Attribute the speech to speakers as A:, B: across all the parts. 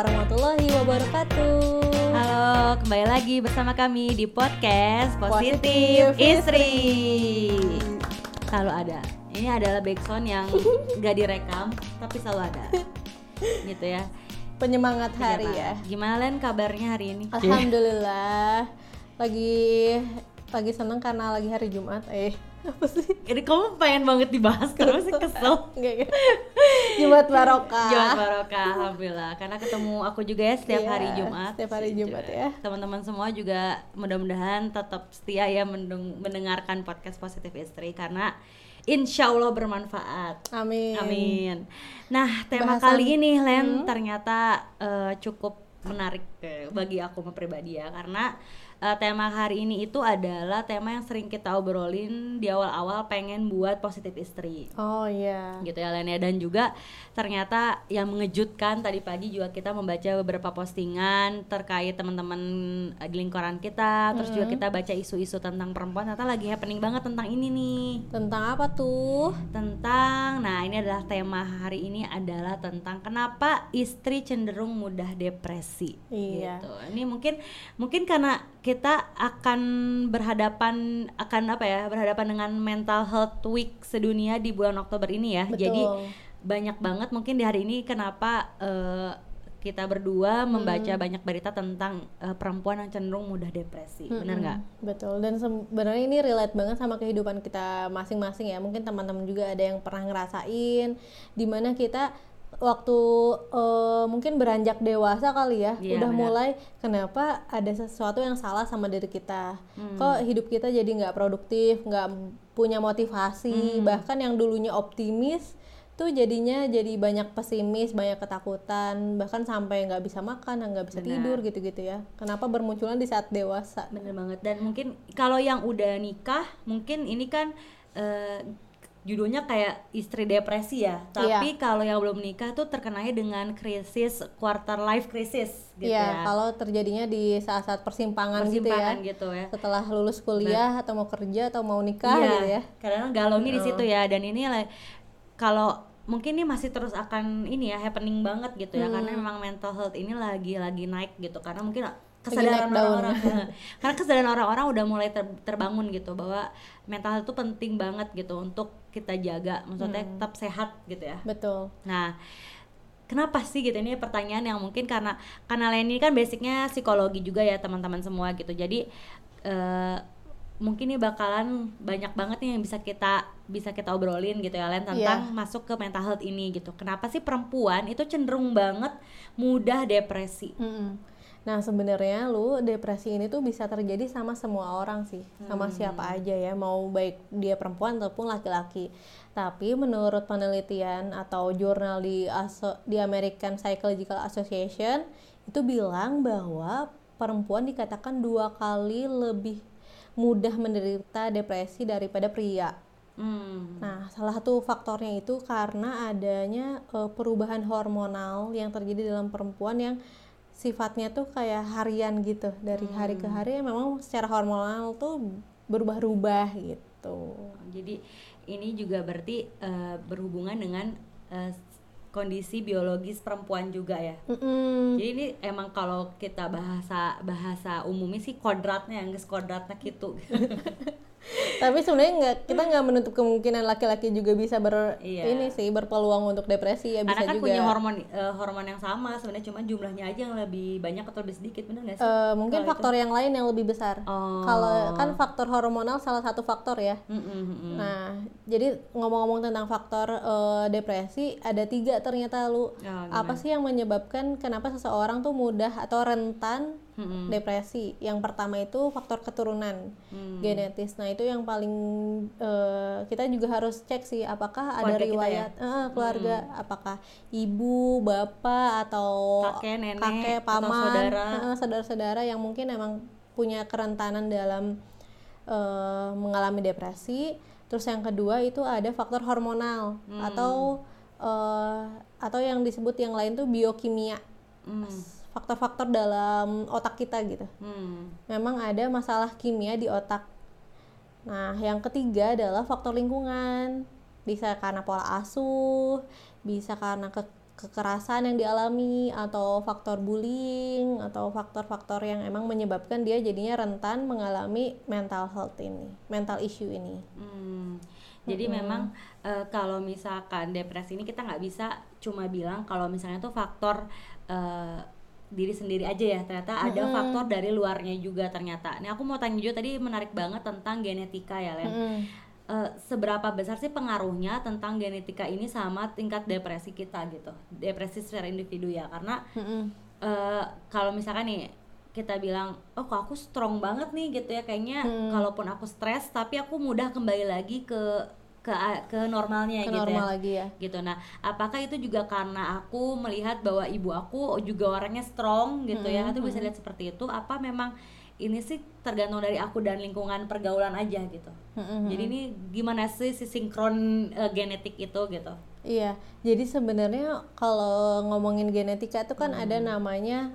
A: warahmatullahi wabarakatuh.
B: Halo, kembali lagi bersama kami di podcast
A: Positif
B: Positif Istri. Selalu ada. Ini adalah backsound yang gak direkam, tapi selalu ada. Gitu ya.
A: Penyemangat hari ya.
B: Gimana Len kabarnya hari ini?
A: Alhamdulillah. Lagi seneng karena lagi hari Jumat. Apa sih?
B: Jadi kamu pengen banget dibahas karena masih kesel.
A: Enggak. Jumat barokah.
B: Jumat barokah, alhamdulillah. Karena ketemu aku juga ya setiap hari Jumat.
A: Setiap hari Jumat ya.
B: Teman-teman semua juga mudah-mudahan tetap setia ya mendengarkan podcast Positif Istri karena insya Allah bermanfaat.
A: Amin.
B: Amin. Nah, tema kali ini Len ternyata cukup menarik bagi aku pribadi ya, karena tema hari ini itu adalah tema yang sering kita obrolin di awal-awal pengen buat Positif Istri.
A: Oh iya.
B: Gitu ya Len ya. Dan juga ternyata yang mengejutkan tadi pagi juga kita membaca beberapa postingan terkait teman-teman di lingkaran kita, terus juga kita baca isu-isu tentang perempuan, ternyata lagi happening banget tentang ini nih.
A: Tentang apa tuh?
B: Nah ini adalah tema hari ini adalah tentang kenapa istri cenderung mudah depresi.
A: Iya.
B: Gitu. Ini mungkin karena kita akan berhadapan dengan Mental Health Week sedunia di bulan Oktober ini ya.
A: Betul.
B: Jadi banyak banget mungkin di hari ini kenapa kita berdua membaca banyak berita tentang perempuan yang cenderung mudah depresi. Benar nggak?
A: Betul. Dan sebenarnya ini relate banget sama kehidupan kita masing-masing ya. Mungkin teman-teman juga ada yang pernah ngerasain dimana kita waktu mungkin beranjak dewasa kali ya, udah
B: benar.
A: mulai kenapa ada sesuatu yang salah sama diri kita, kok hidup kita jadi nggak produktif, nggak punya motivasi, bahkan yang dulunya optimis tuh jadinya jadi banyak pesimis, banyak ketakutan, bahkan sampai nggak bisa makan, nggak bisa tidur gitu-gitu ya. Kenapa bermunculan di saat dewasa?
B: Bener banget. Dan mungkin kalau yang udah nikah mungkin ini kan judulnya kayak istri depresi ya, tapi kalau yang belum nikah tuh terkenanya dengan krisis quarter life crisis gitu ya.
A: Kalau terjadinya di saat-saat persimpangan gitu ya. Setelah lulus kuliah atau mau kerja atau mau nikah gitu ya.
B: Karena galaunya di situ ya. Dan ini kalau mungkin ini masih terus akan ini ya happening banget gitu ya, karena memang mental health ini lagi naik gitu, karena mungkin kesadaran orang-orang karena kesadaran orang-orang udah mulai terbangun gitu bahwa mental health itu penting banget gitu untuk kita jaga, maksudnya tetap sehat gitu ya.
A: Betul.
B: Nah, kenapa sih gitu, ini pertanyaan yang mungkin karena Leni kan basicnya psikologi juga ya teman-teman semua gitu. Jadi mungkin ini bakalan banyak banget nih yang bisa kita obrolin gitu ya Len tentang masuk ke mental health ini gitu. Kenapa sih perempuan itu cenderung banget mudah depresi?
A: Nah sebenarnya depresi ini tuh bisa terjadi sama semua orang sih, sama siapa aja ya, mau baik dia perempuan ataupun laki-laki. Tapi menurut penelitian atau jurnal di American Psychological Association itu bilang bahwa perempuan dikatakan 2 kali lebih mudah menderita depresi daripada pria. Nah, salah satu faktornya itu karena adanya perubahan hormonal yang terjadi dalam perempuan yang sifatnya tuh kayak harian gitu, dari hari ke hari memang secara hormonal tuh berubah-ubah gitu.
B: Jadi ini juga berarti berhubungan dengan kondisi biologis perempuan juga ya. Jadi ini emang kalau kita bahasa umumnya sih kodratnya gitu.
A: Tapi sebenarnya kita nggak menutup kemungkinan laki-laki juga bisa berpeluang untuk depresi ya. Bisa
B: karena kan
A: juga
B: punya hormon yang sama sebenarnya, cuma jumlahnya aja yang lebih banyak atau lebih sedikit, benar nggak sih?
A: Mungkin faktor yang lain yang lebih besar. Kalau kan faktor hormonal salah satu faktor ya. Nah jadi ngomong-ngomong tentang faktor depresi ada 3 ternyata apa sih yang menyebabkan kenapa seseorang tuh mudah atau rentan depresi. Yang pertama itu faktor keturunan genetis. Nah itu yang paling kita juga harus cek sih, apakah ada riwayat keluarga, apakah ibu, bapak atau kakek, paman, saudara-saudara yang mungkin emang punya kerentanan dalam mengalami depresi. Terus yang kedua itu ada faktor hormonal atau yang disebut yang lain tuh biokimia. Faktor-faktor dalam otak kita gitu. Memang ada masalah kimia di otak. Nah, yang ketiga adalah faktor lingkungan. Bisa karena pola asuh, bisa karena kekerasan yang dialami atau faktor bullying atau faktor-faktor yang emang menyebabkan dia jadinya rentan mengalami mental issue ini.
B: Jadi memang kalau misalkan depresi ini kita nggak bisa cuma bilang kalau misalnya tuh faktor diri sendiri aja ya, ternyata ada faktor dari luarnya juga ternyata. Nah aku mau tanya juga tadi menarik banget tentang genetika ya Len. Seberapa besar sih pengaruhnya tentang genetika ini sama tingkat depresi kita gitu, depresi secara individu ya, karena kalau misalkan nih kita bilang oh kok aku strong banget nih gitu ya, kayaknya kalaupun aku stres tapi aku mudah kembali lagi ke normalnya
A: ke
B: gitu
A: normal
B: ya
A: lagi ya
B: gitu. Nah apakah itu juga karena aku melihat bahwa ibu aku juga orangnya strong gitu ya, itu bisa lihat seperti itu, apa memang ini sih tergantung dari aku dan lingkungan pergaulan aja gitu. Jadi ini gimana sih si sinkron genetik itu gitu?
A: Iya, jadi sebenarnya kalau ngomongin genetika itu kan ada namanya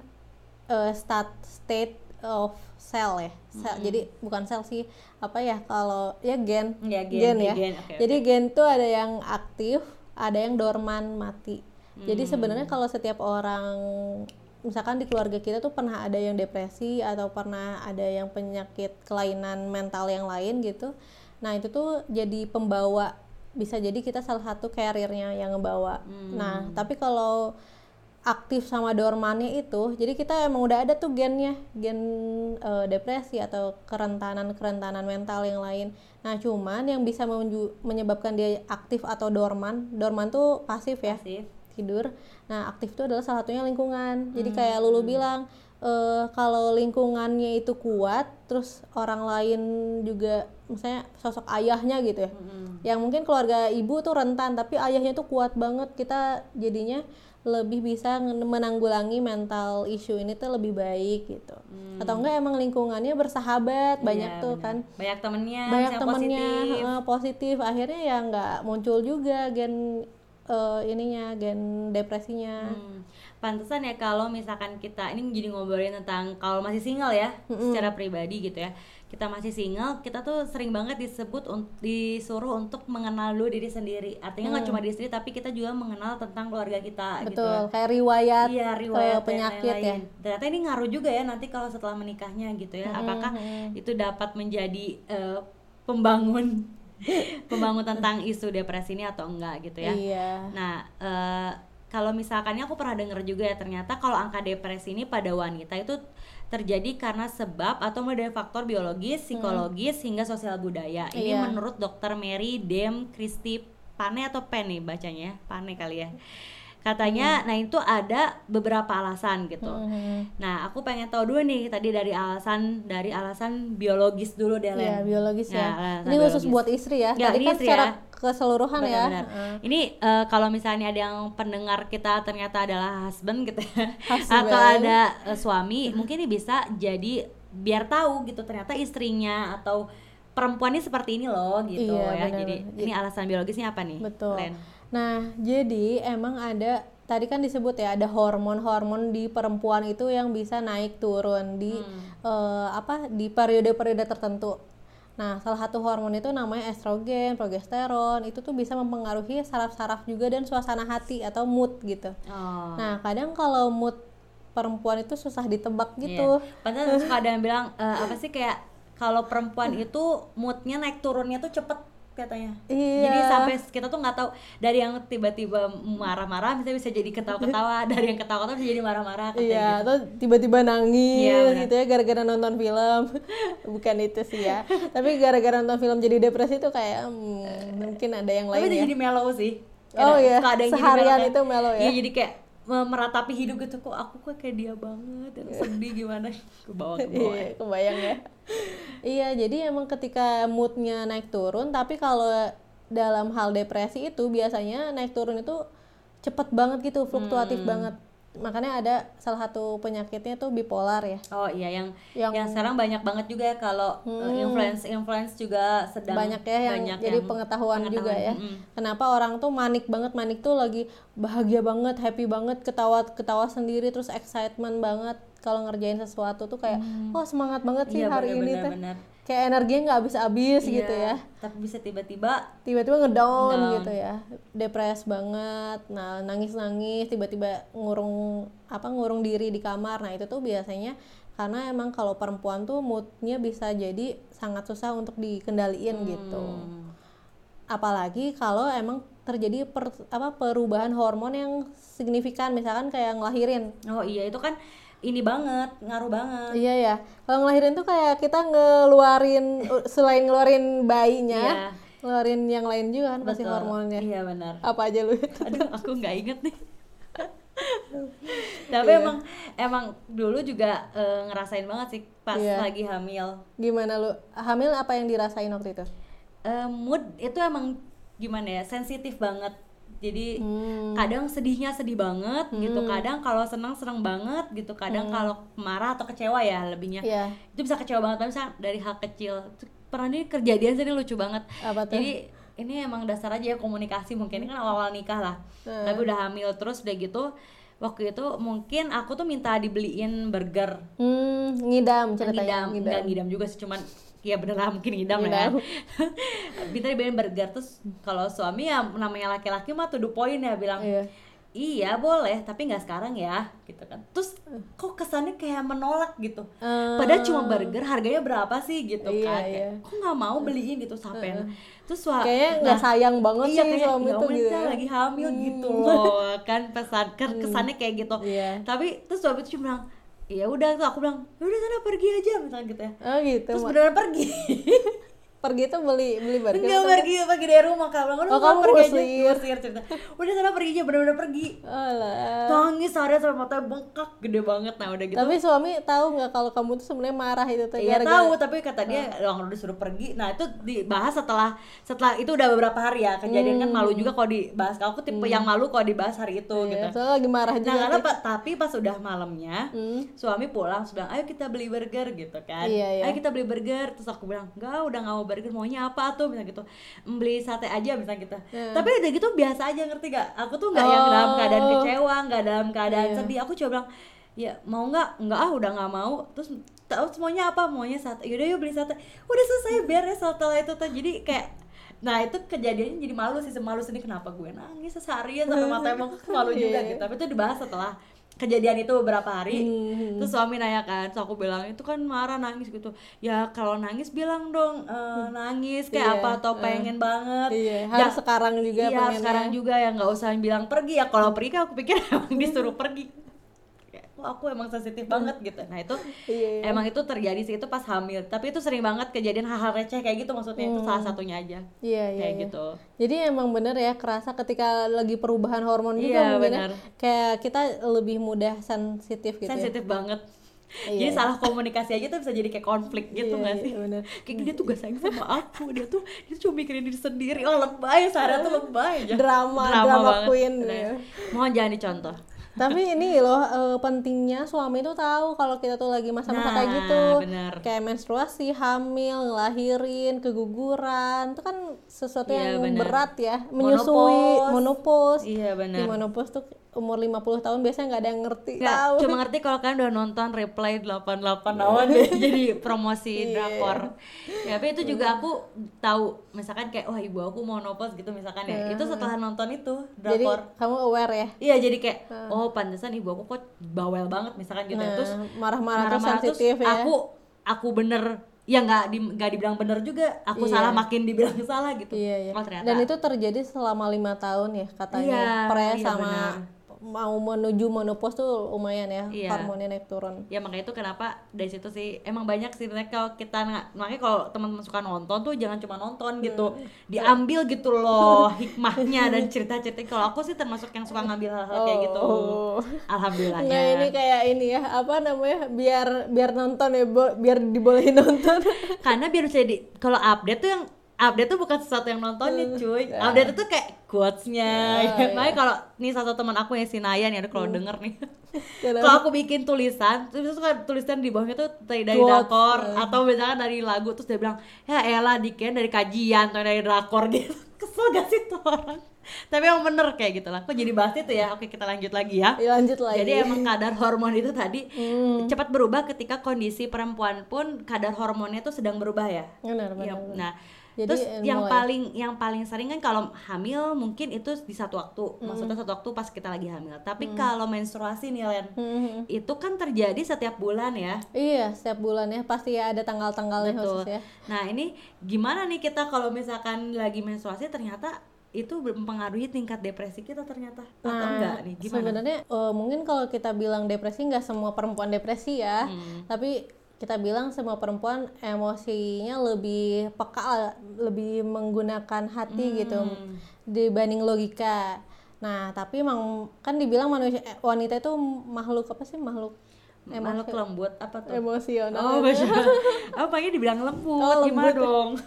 A: state of cell ya. Jadi bukan sel sih, apa ya, kalau ya gen ya. Okay, jadi gen tuh ada yang aktif, ada yang dorman, mati. Jadi sebenarnya kalau setiap orang, misalkan di keluarga kita tuh pernah ada yang depresi atau pernah ada yang penyakit kelainan mental yang lain gitu. Nah itu tuh jadi pembawa, bisa jadi kita salah satu carrier-nya yang ngebawa. Nah tapi kalau aktif sama dormannya itu, jadi kita emang udah ada tuh gennya, gen depresi atau kerentanan mental yang lain. Nah cuman yang bisa menyebabkan dia aktif atau dorman tuh pasif ya, tidur. Nah aktif itu adalah salah satunya lingkungan. Jadi kayak Lulu bilang, kalau lingkungannya itu kuat, terus orang lain juga, misalnya sosok ayahnya gitu ya, yang mungkin keluarga ibu tuh rentan tapi ayahnya tuh kuat banget, kita jadinya lebih bisa menanggulangi mental issue ini tuh lebih baik gitu. Atau enggak emang lingkungannya bersahabat, banyak tuh kan,
B: banyak temennya
A: positif, akhirnya ya nggak muncul juga gen gen depresinya.
B: Pantesan ya kalau misalkan kita ini jadi ngobrolin tentang kalau masih single ya, secara pribadi gitu ya, kita masih single, kita tuh sering banget disuruh untuk mengenal dulu diri sendiri. Artinya nggak cuma diri sendiri tapi kita juga mengenal tentang keluarga kita.
A: Betul,
B: gitu ya.
A: Kayak riwayat
B: penyakit ya. Ternyata ini ngaruh juga ya nanti kalau setelah menikahnya gitu ya. Apakah itu dapat menjadi pembangun tentang isu depresi ini atau enggak gitu ya.
A: Iya.
B: Nah kalau misalkannya aku pernah dengar juga ya, ternyata kalau angka depresi ini pada wanita itu terjadi karena sebab atau mulai dari faktor biologis, psikologis hingga sosial budaya. Ini menurut Dr. Mary Dame Christie Pane atau Pen nih bacanya, Pane kali ya. Katanya, nah itu ada beberapa alasan gitu. Nah, aku pengen tahu dulu nih tadi dari alasan biologis dulu deh, Len.
A: Iya, biologis ya. Ini khusus buat istri ya. Tadi kan secara keseluruhan ya.
B: Ini kalau misalnya ada yang pendengar kita ternyata adalah husband gitu atau ada suami, mungkin ini bisa jadi biar tahu gitu ternyata istrinya atau perempuan ini seperti ini loh gitu ya. Bener. Jadi ini alasan biologisnya apa nih?
A: Betul.
B: Len?
A: Nah, jadi emang ada, tadi kan disebut ya, ada hormon-hormon di perempuan itu yang bisa naik turun di di periode-periode tertentu. Nah, salah satu hormon itu namanya estrogen, progesteron, itu tuh bisa mempengaruhi saraf-saraf juga dan suasana hati atau mood gitu. Nah, kadang kalau mood perempuan itu susah ditebak gitu.
B: Padahal suka ada yang bilang apa sih, kayak kalau perempuan itu moodnya naik turunnya tuh cepet katanya. Jadi sampai kita tuh nggak tahu, dari yang tiba-tiba marah-marah bisa jadi ketawa-ketawa, dari yang ketawa-ketawa bisa jadi marah-marah katanya.
A: Iya, gitu. Atau tiba-tiba nangis gitu ya gara-gara nonton film. Bukan itu sih ya. Tapi gara-gara nonton film jadi depresi tuh kayak mungkin ada yang lain.
B: Tapi
A: ya.
B: Jadi mellow sih.
A: Iya. Seharian itu mellow ya.
B: Iya, jadi kayak meratapi hidup gitu, kok aku kayak dia banget, sedih gimana, kebawa.
A: Iya, kebayang ya. Iya, jadi emang ketika moodnya naik turun, tapi kalau dalam hal depresi itu biasanya naik turun itu cepet banget gitu, fluktuatif banget. Makanya ada salah satu penyakitnya tuh bipolar ya.
B: Oh iya, yang sekarang banyak banget juga ya, kalau influence juga sedang
A: banyak ya, yang jadi pengetahuan juga ya. Kenapa orang tuh manik tuh lagi bahagia banget, happy banget, ketawa sendiri, terus excitement banget kalau ngerjain sesuatu tuh kayak semangat banget sih hari ini tuh. kayak energinya nggak habis-habis gitu ya.
B: Tapi bisa tiba-tiba
A: ngedown gitu ya, depres banget. Nah, nangis-nangis, tiba-tiba ngurung diri di kamar. Nah, itu tuh biasanya karena emang kalau perempuan tuh moodnya bisa jadi sangat susah untuk dikendaliin gitu. Apalagi kalau emang terjadi perubahan hormon yang signifikan, misalkan kayak ngelahirin.
B: Oh iya, itu kan ini banget, ngaruh banget.
A: Iya ya, kalau ngelahirin tuh kayak kita ngeluarin selain ngeluarin bayinya, ngeluarin yang lain juga kan pasti hormonnya.
B: Iya benar.
A: Apa aja lu?
B: Aduh, aku nggak inget nih. Tapi emang dulu juga ngerasain banget sih pas lagi hamil.
A: Gimana lu? Hamil apa yang dirasain waktu itu?
B: Mood itu emang gimana ya, sensitif banget. Jadi kadang sedihnya sedih banget gitu, kadang kalau senang banget gitu, kadang kalau marah atau kecewa ya lebihnya. Itu bisa kecewa banget, misalnya dari hal kecil. Pernah nih kejadian sih lucu banget. Jadi ini emang dasar aja ya komunikasi, mungkin ini kan awal nikah lah. Tapi udah hamil terus udah gitu. Waktu itu mungkin aku tuh minta dibeliin burger.
A: Ngidam ceritanya.
B: Nggak ngidam juga sih, cuman ya bener lah mungkin ngidam ya. Minta dibeliin burger, terus kalau suami ya namanya laki-laki mah to the point ya, bilang iya boleh tapi nggak sekarang ya gitu kan. Terus kok kesannya kayak menolak gitu, padahal cuma burger harganya berapa sih gitu kan. Kok nggak mau beliin gitu sampai terus
A: kayaknya nggak sayang banget sih suami tuh gitu ya.
B: Lagi hamil gitu loh kan, kesannya kayak gitu. Tapi terus suami tuh cuma bilang ya udah, tuh aku bilang ya udah sana pergi aja misalnya gitu ya.
A: Gitu.
B: Terus beneran pergi.
A: Pergi tuh beli burger.
B: Enggak, pergi dari rumah. Kamu
A: kamu
B: pergi aja, usir cerita. Udah sana pergi aja, bener-bener pergi. Nangis seharian sampai matanya bengkak gede banget. Nah udah gitu.
A: Tapi suami tahu nggak kalau kamu tuh sebenarnya marah itu tuh?
B: Iya tahu, tapi kata dia udah disuruh pergi. Nah itu dibahas setelah itu udah beberapa hari ya kejadian. Kan malu juga kalau dibahas. Aku tipe yang malu kalau dibahas hari itu gitu.
A: Soalnya lagi marah juga.
B: Nah karena tapi pas udah malamnya suami pulang, bilang ayo kita beli burger gitu kan. Ayo kita beli burger. Terus aku bilang enggak, udah nggak mau burger, maunya apa tuh misalnya gitu, beli sate aja misalnya gitu. Tapi udah gitu biasa aja, ngerti gak? Aku tuh nggak yang dalam keadaan kecewa, nggak dalam keadaan sedih. Aku coba bilang ya mau nggak udah nggak mau. Terus maunya apa? Maunya sate. Yaudah yuk beli sate. Udah selesai, beres setelah itu tuh. Jadi kayak itu kejadiannya jadi malu sih, semalu sedih kenapa gue nangis seharian sampai mata emang malu juga gitu. Tapi itu dibahas setelah kejadian itu beberapa hari. Terus suami nanya kan, terus aku bilang itu kan marah nangis gitu. Ya kalau nangis bilang dong nangis kayak apa atau pengen banget.
A: Harus sekarang juga pengennya.
B: Iya sekarang juga ya, nggak usah bilang pergi ya. Kalau pergi kan aku pikir emang disuruh pergi. Aku emang sensitif banget gitu. Nah itu emang itu terjadi sih, itu pas hamil. Tapi itu sering banget kejadian hal-hal receh kayak gitu, maksudnya itu salah satunya aja. Kayak gitu.
A: Jadi emang bener ya, kerasa ketika lagi perubahan hormon juga mungkin ya, kayak kita lebih mudah sensitif gitu.
B: Sensitif banget. Jadi salah komunikasi aja tuh bisa jadi kayak konflik gitu nggak sih?
A: Bener.
B: Kayak dia tuh gak sayang sama aku, dia tuh cuma mikirin diri sendiri. Lebay, seharian tuh lebay aja.
A: Drama queen.
B: Mohon jangan dicontoh.
A: Tapi ini loh pentingnya suami tuh tahu kalau kita tuh lagi masa-masa kayak gitu. Kayak menstruasi, hamil, ngelahirin, keguguran, itu kan sesuatu yang berat ya. Menyusui, menopause.
B: Iya benar.
A: Di menopause tuh umur 50 tahun biasanya nggak ada yang ngerti.
B: Cuma ngerti kalau kalian udah nonton Reply 88 lawan deh, jadi promosi drakor. Ya, tapi itu juga aku tahu, misalkan kayak wah ibu aku mau menopause gitu misalkan ya. Itu setelah nonton itu drakor.
A: Jadi kamu aware ya?
B: Iya, jadi kayak oh pantesan ibu aku kok bawel banget misalkan gitu. Terus
A: marah-marah sensitif ya.
B: Aku bener ya nggak dibilang bener juga, aku salah makin dibilang salah gitu.
A: Oh, ternyata. Dan itu terjadi selama 5 tahun ya katanya. Sama mau menuju menopause tuh lumayan ya, hormonnya naik turun.
B: Ya makanya itu kenapa dari situ sih emang banyak sih kalau kita makanya kalau teman-teman suka nonton tuh jangan cuma nonton gitu, diambil gitu loh hikmahnya dan cerita-cerita. Kalau aku sih termasuk yang suka ngambil hal-hal kayak gitu. Alhamdulillahnya.
A: Nah ini kayak ini ya, apa namanya, biar nonton ya, biar dibolehin nonton.
B: Karena biar bisa kalau update tuh update tuh bukan sesuatu yang nontonnya cuy. Update itu kayak quotes-nya. Makanya kalau nih satu teman aku yang si Nayan ya, kalau denger nih. Kalau aku bikin tulisan, terus kan tulisan di bawahnya tuh dari drakor atau misalkan dari lagu, terus dia bilang, "Ya elah Diken dari kajian atau dari drakor" gitu. Kesel gak sih tuh orang? Tapi yang bener kayak gitu lah. Kok jadi bahas itu ya? Oke, kita lanjut lagi ya.
A: Lanjut lagi.
B: Jadi emang kadar hormon itu tadi cepat berubah ketika kondisi perempuan pun kadar hormonnya tuh sedang berubah ya.
A: Benar.
B: Nah,
A: jadi
B: terus yang paling sering kan kalau hamil mungkin itu di satu waktu, maksudnya satu waktu pas kita lagi hamil. Tapi kalau menstruasi nih Len, itu kan terjadi setiap bulan ya.
A: Iya, setiap bulan ya pasti ya ada tanggal-tanggalnya khusus ya.
B: Nah ini gimana nih kita kalau misalkan lagi menstruasi ternyata itu mempengaruhi tingkat depresi kita ternyata atau enggak nih gimana?
A: Sebenarnya mungkin kalau kita bilang depresi nggak semua perempuan depresi ya, tapi kita bilang semua perempuan emosinya lebih peka, lebih menggunakan hati gitu dibanding logika. Nah tapi emang kan dibilang manusia wanita itu makhluk apa sih makhluk
B: lembut apa tuh?
A: Emosional.
B: Oh apa ini dibilang lembut? Gimana dong?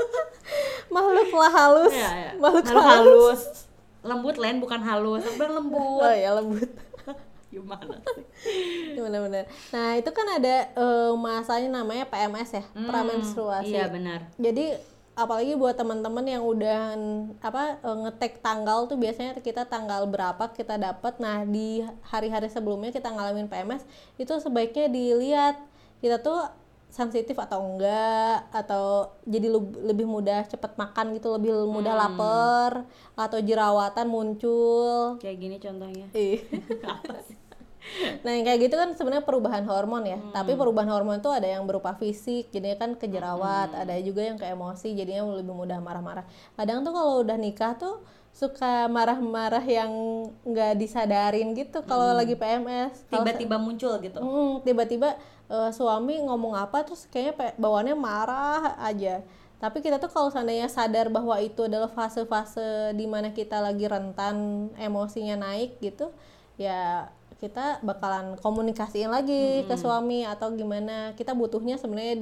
A: Makhluk lah halus.
B: Ya. Makhluk halus. Lembut Len bukan halus. Aku bilang lembut.
A: Oh ya lembut.
B: Gimana sih?
A: Benar-benar. Nah itu kan ada masanya namanya PMS ya, pramenstruasi.
B: Iya benar.
A: Jadi apalagi buat teman-teman yang udah ngetek tanggal tuh biasanya kita tanggal berapa kita dapat. Nah di hari-hari sebelumnya kita ngalamin PMS itu sebaiknya dilihat kita tuh sensitif atau enggak, atau jadi lebih mudah cepet makan gitu, lebih mudah lapar, atau jerawatan muncul.
B: Kayak gini contohnya.
A: Apa sih? Nah yang kayak gitu kan sebenarnya perubahan hormon ya. Tapi perubahan hormon itu ada yang berupa fisik, jadinya kan ke jerawat, ada juga yang ke emosi, jadinya lebih mudah marah-marah. Kadang tuh kalau udah nikah tuh suka marah-marah yang nggak disadarin gitu kalau lagi PMS.
B: Tiba-tiba muncul gitu.
A: Tiba-tiba suami ngomong apa terus kayaknya bawaannya marah aja. Tapi kita tuh kalau seandainya sadar bahwa itu adalah fase-fase dimana kita lagi rentan emosinya naik gitu, ya kita bakalan komunikasiin lagi ke suami atau gimana. Kita butuhnya sebenarnya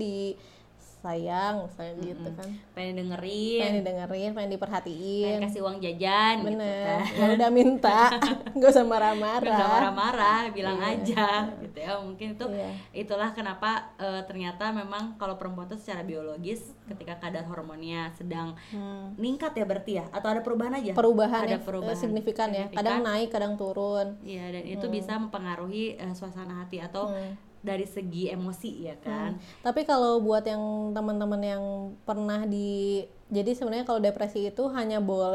A: sayang gitu kan,
B: pengen dengerin,
A: pengen diperhatiin,
B: pengen kasih uang jajan.
A: bener
B: gitu
A: kan. Udah minta nggak usah marah-marah,
B: bilang aja gitu ya. Mungkin itu itulah kenapa ternyata memang kalau perempuan tuh secara biologis ketika kadar hormonnya sedang meningkat ya berarti ya, atau ada perubahan aja,
A: ada perubahan signifikan ya, kadang naik kadang turun.
B: Iya, dan itu bisa mempengaruhi suasana hati atau dari segi emosi ya kan.
A: Tapi kalau buat yang teman-teman yang pernah jadi sebenarnya kalau depresi itu hanya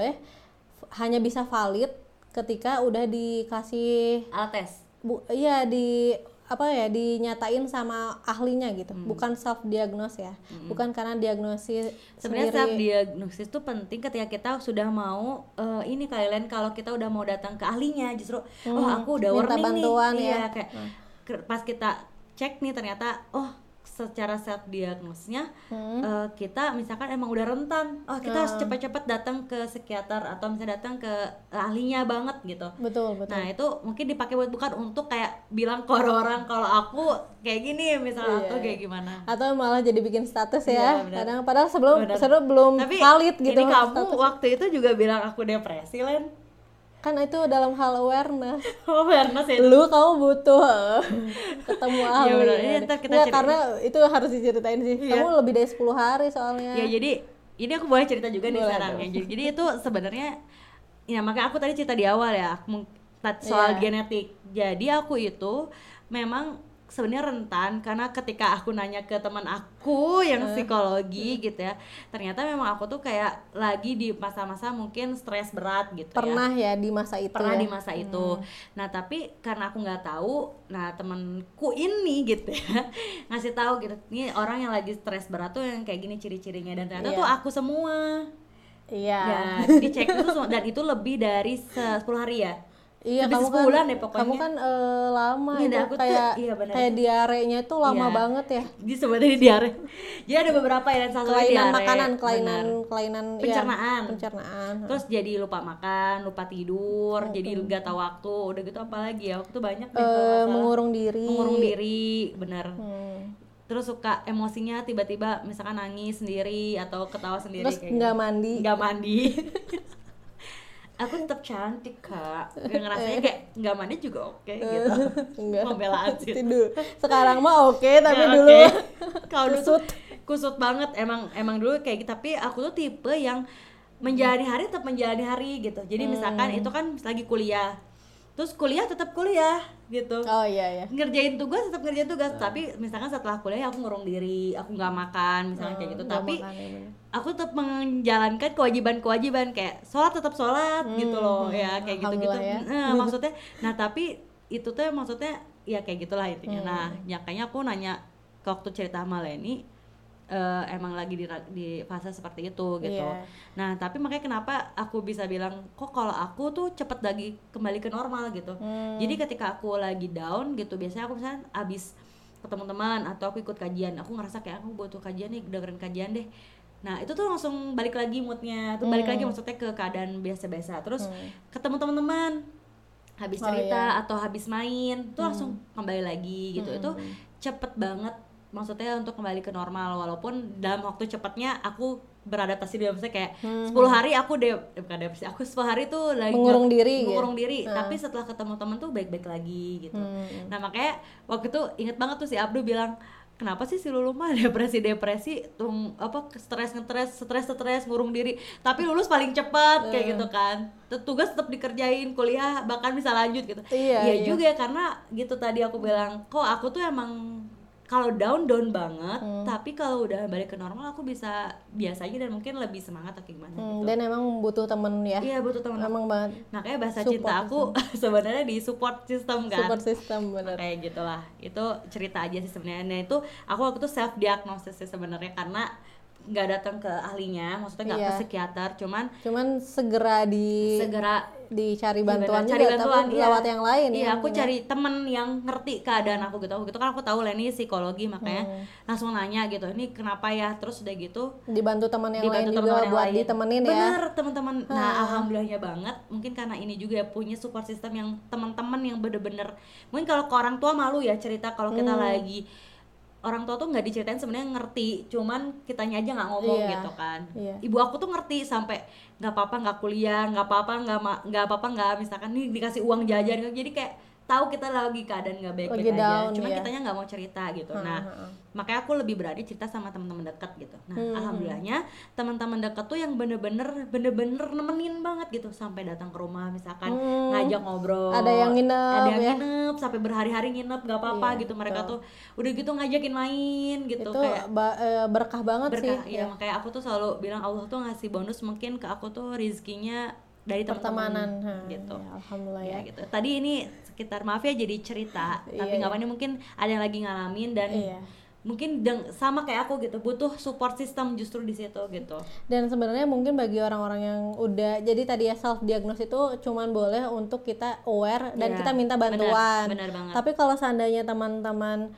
A: bisa valid ketika udah dikasih
B: alat tes.
A: Dinyatain sama ahlinya gitu. Bukan self diagnose ya. Bukan karena diagnosis
B: sebenarnya self diagnosis itu penting ketika kita sudah mau ini kalian kalau kita udah mau datang ke ahlinya justru aku udah warning
A: bantuan
B: nih.
A: Ya.
B: Iya kayak pas kita cek nih ternyata secara self diagnosnya kita misalkan emang udah rentan, kita harus cepat-cepat datang ke psikiater atau misalnya datang ke ahlinya banget gitu.
A: Betul.
B: Nah itu mungkin dipakai bukan untuk kayak bilang ke orang kalau aku kayak gini misalnya atau kayak gimana,
A: atau malah jadi bikin status ya. Kadang padahal sebelum belum
B: tapi
A: valid gitu.
B: Tapi ini kamu status. Waktu itu juga bilang aku depresi Len.
A: Kan itu dalam hal awareness.
B: Awareness ya.
A: Kamu butuh ketemu ahli. Karena itu harus diceritain sih. Kamu lebih dari 10 hari soalnya.
B: Ya jadi ini aku boleh cerita juga nih sekarang ya. Jadi itu sebenarnya ya makanya aku tadi cerita di awal ya soal genetik. Jadi aku itu memang sebenarnya rentan karena ketika aku nanya ke teman aku yang psikologi gitu ya, ternyata memang aku tuh kayak lagi di masa-masa mungkin stres berat gitu.
A: Pernah ya di masa itu.
B: Di masa itu. Nah tapi karena aku nggak tahu, nah temanku ini gitu ya ngasih tahu gitu, ini orang yang lagi stres berat tuh yang kayak gini ciri-cirinya, dan ternyata tuh aku semua. Ya, dicek itu dan itu lebih dari 10 hari ya.
A: Iya,
B: kamu
A: sebulan
B: kan, deh pokoknya.
A: Kamu kan lama
B: itu
A: kayak diarenya tuh lama banget ya.
B: Sebenarnya diare. Jadi ada beberapa ya, salah satu
A: kelainan
B: diare.
A: Makanan,
B: pencernaan.
A: Pencernaan.
B: Terus jadi lupa makan, lupa tidur, jadi nggak tahu waktu. Udah gitu apalagi ya, waktu banyak
A: mengurung diri,
B: benar. Terus suka emosinya tiba-tiba misalkan nangis sendiri atau ketawa sendiri.
A: Terus nggak mandi.
B: Aku tetap cantik Kak, ngerasanya kayak nggak mandi juga oke gitu. Pembelaan sih.
A: Tidur. Sekarang mah oke, tapi dulu
B: kalau kusut banget. Emang dulu kayak gitu, tapi aku tuh tipe yang menjalani hari tetap menjalani hari gitu. Jadi misalkan itu kan lagi kuliah, terus kuliah tetap kuliah gitu.
A: Oh iya.
B: Ngerjain tugas tetap ngerjain tugas, tapi misalkan setelah kuliah aku ngurung diri, aku nggak makan misalnya kayak gitu. Tapi aku tetap menjalankan kewajiban kayak sholat tetap sholat gitu loh ya, kayak gitu-gitu.
A: Ya.
B: Maksudnya, nah tapi itu tuh maksudnya ya kayak gitulah intinya. Nah, makanya aku nanya ke waktu cerita sama Leni, emang lagi di fase seperti itu gitu. Nah tapi makanya kenapa aku bisa bilang kok kalau aku tuh cepet lagi kembali ke normal gitu. Jadi ketika aku lagi down gitu, biasanya aku misalnya abis ketemu teman atau aku ikut kajian, aku ngerasa kayak aku butuh kajian nih, dengerin kajian deh. Nah itu tuh langsung balik lagi moodnya, tuh balik lagi maksudnya ke keadaan biasa-biasa. Terus ketemu teman-teman habis cerita atau habis main tuh langsung kembali lagi gitu. Itu cepet banget maksudnya untuk kembali ke normal, walaupun dalam waktu cepatnya aku beradaptasi dalam misalnya kayak 10 hari aku bukan depresi, aku 10 hari tuh lagi mengurung diri tapi setelah ketemu temen tuh baik-baik lagi gitu. Nah makanya waktu itu inget banget tuh si Abdu bilang, kenapa sih si Lulu mah depresi stres ngurung diri tapi lulus paling cepat kayak gitu kan, tugas tetap dikerjain, kuliah bahkan bisa lanjut gitu. Iya juga, karena gitu tadi aku bilang kok aku tuh emang kalau down banget, tapi kalau udah balik ke normal aku bisa biasa aja dan mungkin lebih semangat atau gimana gitu.
A: Dan emang butuh temen ya.
B: Iya butuh temen.
A: Emang banget.
B: Nah kayak bahasa support cinta aku sebenarnya di support system kan.
A: Support system benar.
B: Kayak gitulah. Itu cerita aja sih sebenarnya. Nah itu aku waktu itu self diagnosis sih sebenarnya, karena nggak datang ke ahlinya, maksudnya nggak ke psikiater, cuman segera dicari bantuan lewat yang lain. Iya, aku cari temen yang ngerti keadaan aku gitu. Gitu kan aku tahu Leni psikologi, makanya langsung nanya gitu, ini kenapa ya, terus udah gitu
A: dibantu teman yang lain juga buat ditemenin ya.
B: Bener, teman-teman. Nah alhamdulillahnya banget, mungkin karena ini juga punya support system yang teman-teman yang bener-bener, mungkin kalau ke orang tua malu ya cerita kalau kita lagi, orang tua tuh nggak diceritain sebenarnya ngerti, cuman kitanya aja nggak ngomong gitu kan. Ibu aku tuh ngerti sampai nggak apa-apa nggak kuliah, nggak apa-apa nggak misalkan nih dikasih uang jajan, jadi kayak tahu kita lagi keadaan nggak baik-baik aja, cuma kitanya nggak mau cerita gitu. Nah makanya aku lebih berani cerita sama teman-teman dekat gitu. Nah alhamdulillahnya teman-teman dekat tuh yang bener-bener nemenin banget gitu, sampai datang ke rumah misalkan ngajak ngobrol,
A: ada yang nginep
B: sampai berhari-hari nginep nggak apa-apa gitu. Mereka tuh udah gitu ngajakin main gitu,
A: itu
B: kayak
A: berkah banget sih.
B: Iya makanya aku tuh selalu bilang Allah tuh ngasih bonus mungkin ke aku tuh rezekinya dari teman-teman gitu.
A: Ya, alhamdulillah ya.
B: Gitu. Tadi ini sekitar, maaf ya jadi cerita, tapi nggak apa-apa, mungkin ada yang lagi ngalamin dan mungkin sama kayak aku gitu, butuh support system justru di situ gitu.
A: Dan sebenarnya mungkin bagi orang-orang yang udah, jadi tadi ya self diagnosis itu cuman boleh untuk kita aware dan kita minta bantuan.
B: Benar banget.
A: Tapi kalau seandainya teman-teman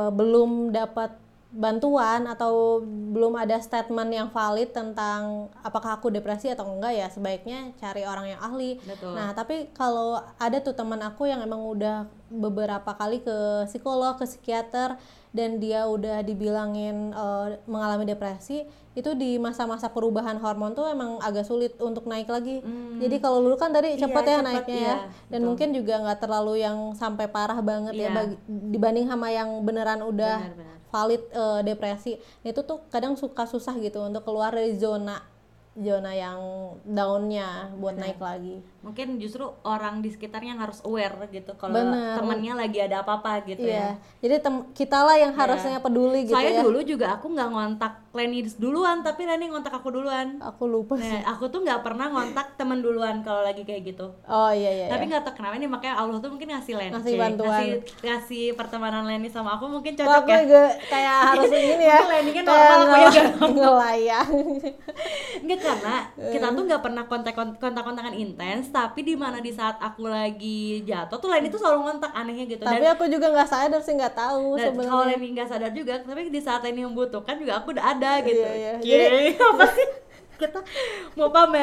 A: belum dapat bantuan atau belum ada statement yang valid tentang apakah aku depresi atau enggak, ya sebaiknya cari orang yang ahli.
B: Betul.
A: Nah tapi kalau ada tuh teman aku yang emang udah beberapa kali ke psikolog, ke psikiater, dan dia udah dibilangin mengalami depresi, itu di masa-masa perubahan hormon tuh emang agak sulit untuk naik lagi. Jadi kalau dulu kan tadi cepet ya naiknya ya, dan mungkin juga nggak terlalu yang sampai parah banget ya dibanding sama yang beneran udah valid depresi. Itu tuh kadang suka susah gitu untuk keluar dari zona yang downnya buat naik lagi.
B: Mungkin justru orang di sekitarnya yang harus aware gitu kalau temannya lagi ada apa-apa gitu ya.
A: Jadi kita lah yang harusnya peduli gitu.
B: Saya dulu juga aku nggak ngontak Leni duluan, tapi Leni ngontak aku duluan.
A: Aku lupa sih.
B: Aku tuh nggak pernah ngontak teman duluan kalau lagi kayak gitu.
A: Oh iya.
B: Tapi nggak tahu kenapa ini, makanya Allah tuh mungkin ngasih Leni,
A: ngasih bantuan,
B: ngasih pertemanan Leni sama aku mungkin cocok
A: ya. Juga kayak harus ini ya.
B: Leni kan normal aku ya
A: ngelayang.
B: Enggak, karena kita tuh nggak pernah kontak-kontakan intens, tapi di mana di saat aku lagi jatuh tuh Leni tuh selalu ngontak, anehnya gitu.
A: Tapi aku juga nggak sadar sih, nggak tahu sebenarnya.
B: Kalau Leni nggak sadar juga, tapi di saat Leni membutuhkan juga aku udah ada gitu.
A: Jadi
B: apa sih? Kita mau pamer.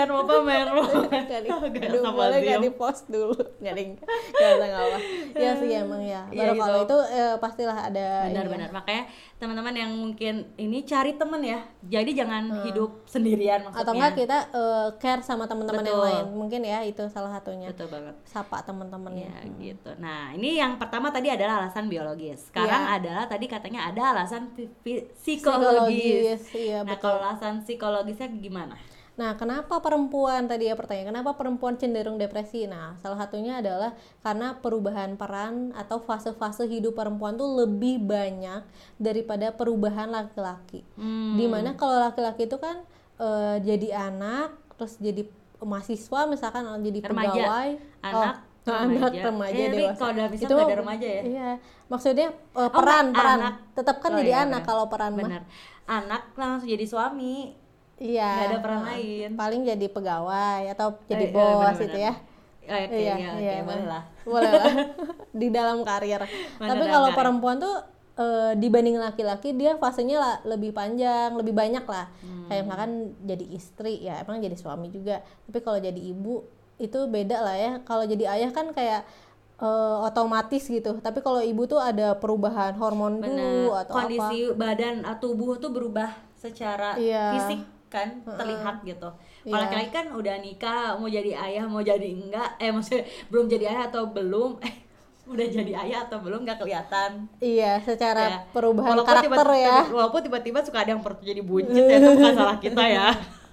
A: Boleh nggak di post dulu? Nggak apa. Ya sih emang ya. Baru kalau itu pastilah ada.
B: Benar. Makanya teman-teman yang mungkin ini cari teman ya. Jadi jangan hidup sendirian maksudnya.
A: Atau enggak kita care sama teman-teman yang lain. Mungkin ya itu salah satunya.
B: Betul banget.
A: Sapa teman-temannya.
B: Ya gitu. Nah ini yang pertama tadi adalah alasan biologis. Sekarang adalah tadi katanya ada alasan psikologis.
A: Iya,
B: nah kalau alasan psikologisnya gimana?
A: Nah, kenapa perempuan tadi ya pertanyaan, kenapa perempuan cenderung depresi? Nah, salah satunya adalah karena perubahan peran atau fase-fase hidup perempuan tuh lebih banyak daripada perubahan laki-laki. Dimana kalau laki-laki itu kan jadi anak, terus jadi mahasiswa, misalkan jadi pegawai, anak remaja dewasa.
B: Kalau udah bisa
A: itu
B: nggak ada remaja ya?
A: Iya, maksudnya peran
B: anak.
A: tetap kan jadi anak. Kalau peran
B: bener. Anak langsung jadi suami.
A: Iya.
B: Nggak ada peran lain.
A: Paling jadi pegawai atau jadi bos gitu ya.
B: Oke, boleh lah.
A: Boleh lah. Di dalam karir. Tapi kalau perempuan tuh dibanding laki-laki dia fasenya lebih panjang, lebih banyak lah. Kayak misalkan jadi istri ya, emang jadi suami juga. Tapi kalau jadi ibu itu beda lah ya. Kalau jadi ayah kan kayak otomatis gitu. Tapi kalau ibu tuh ada perubahan hormon dulu atau
B: kondisi badan tubuh tuh berubah secara fisik kan, terlihat gitu. Kalau laki-laki kan udah nikah, mau jadi ayah, mau jadi enggak, maksudnya belum jadi ayah atau belum, udah jadi ayah atau belum nggak kelihatan.
A: Iya, secara perubahan karakter ya.
B: Walaupun tiba-tiba suka ada yang perut jadi buncit ya, itu bukan salah kita ya.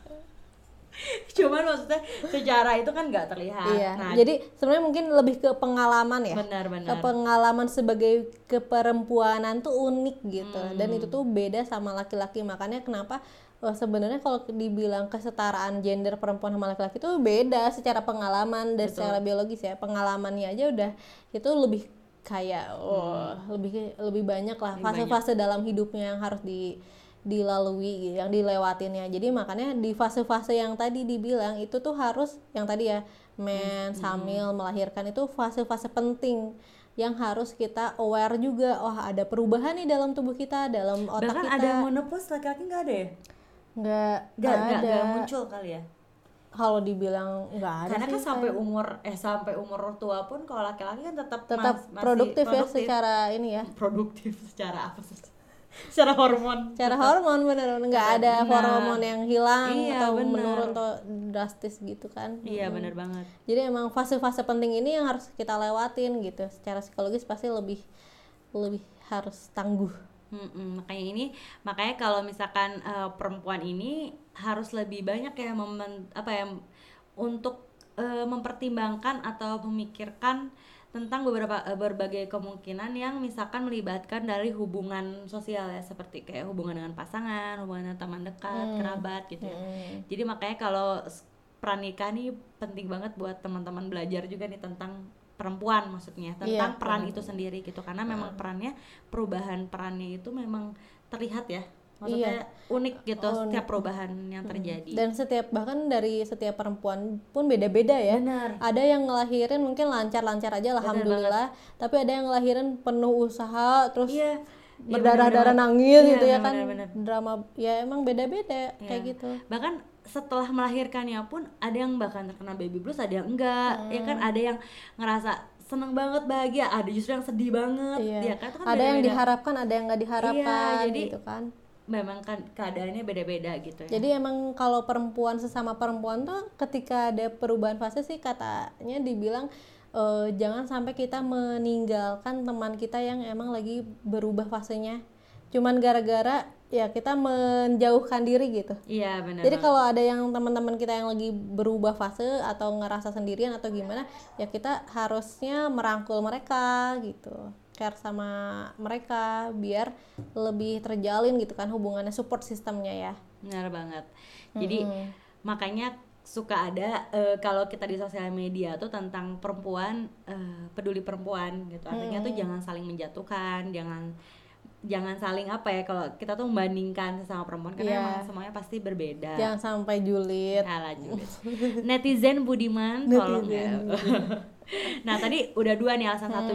B: Cuman maksudnya secara itu kan nggak terlihat.
A: Iya. Nah, jadi sebenarnya mungkin lebih ke pengalaman ya.
B: Benar.
A: Ke pengalaman sebagai keperempuanan tuh unik gitu. Dan itu tuh beda sama laki-laki. Makanya kenapa sebenarnya kalau dibilang kesetaraan gender perempuan sama laki-laki itu beda secara pengalaman dan secara biologis ya. Pengalamannya aja udah itu lebih kayak lebih banyak lah fase-fase dalam hidupnya yang harus dilalui, yang dilewatinnya. Jadi makanya di fase-fase yang tadi dibilang itu tuh harus yang tadi ya mens, hamil, melahirkan itu fase-fase penting yang harus kita aware juga. Ada perubahan nih dalam tubuh kita, dalam otak
B: bahkan
A: kita.
B: Ada yang menopause laki-laki nggak ada ya? Nggak muncul kali ya?
A: Kalau dibilang nggak ada
B: karena
A: sih,
B: kan sampai umur tua pun kalau laki-laki kan tetap masih
A: produktif ya secara ini ya.
B: Produktif secara apa sih? Secara hormon
A: bener nggak ada hormon yang hilang atau menurun atau drastis gitu kan.
B: Iya benar banget.
A: Jadi emang fase-fase penting ini yang harus kita lewatin gitu. Secara psikologis pasti lebih harus tangguh.
B: Makanya kalau misalkan perempuan ini harus lebih banyak ya untuk mempertimbangkan atau memikirkan tentang berbagai kemungkinan yang misalkan melibatkan dari hubungan sosial ya, seperti kayak hubungan dengan pasangan, hubungan dengan teman dekat, kerabat gitu ya. Jadi makanya kalau pranikah nih penting banget buat teman-teman belajar juga nih tentang perempuan, maksudnya tentang peran itu sendiri gitu, karena memang perubahan perannya itu memang terlihat ya, maksudnya unik gitu. Setiap perubahan yang terjadi
A: dan bahkan dari setiap perempuan pun beda-beda ya.
B: Benar.
A: Ada yang ngelahirin mungkin lancar-lancar aja alhamdulillah, tapi ada yang ngelahirin penuh usaha terus berdarah-darah nangis gitu ya kan. Drama ya, emang beda-beda kayak gitu.
B: Bahkan setelah melahirkannya pun ada yang bahkan terkena baby blues, ada yang enggak, ya kan. Ada yang ngerasa seneng banget, bahagia, ada justru yang sedih banget, ya kan.
A: Ada yang diharapkan, ada yang nggak diharapkan, jadi, gitu kan.
B: Memang kan keadaannya beda-beda gitu ya.
A: Jadi emang kalau perempuan sesama perempuan tuh ketika ada perubahan fase sih katanya dibilang jangan sampai kita meninggalkan teman kita yang emang lagi berubah fasenya. Cuman gara-gara ya kita menjauhkan diri gitu.
B: Iya benar.
A: Jadi kalau ada yang teman-teman kita yang lagi berubah fase atau ngerasa sendirian atau gimana, ya kita harusnya merangkul mereka gitu, care sama mereka biar lebih terjalin gitu kan hubungannya, support sistemnya ya.
B: Benar banget. Jadi makanya suka ada kalau kita di sosial media tuh tentang perempuan, peduli perempuan gitu. Artinya tuh jangan saling menjatuhkan, jangan saling kalau kita tuh membandingkan sama perempuan, karena emang semuanya pasti berbeda.
A: Jangan sampai julid.
B: Julid. Netizen budiman, tolong ya. Nah tadi udah 2 nih alasan, satu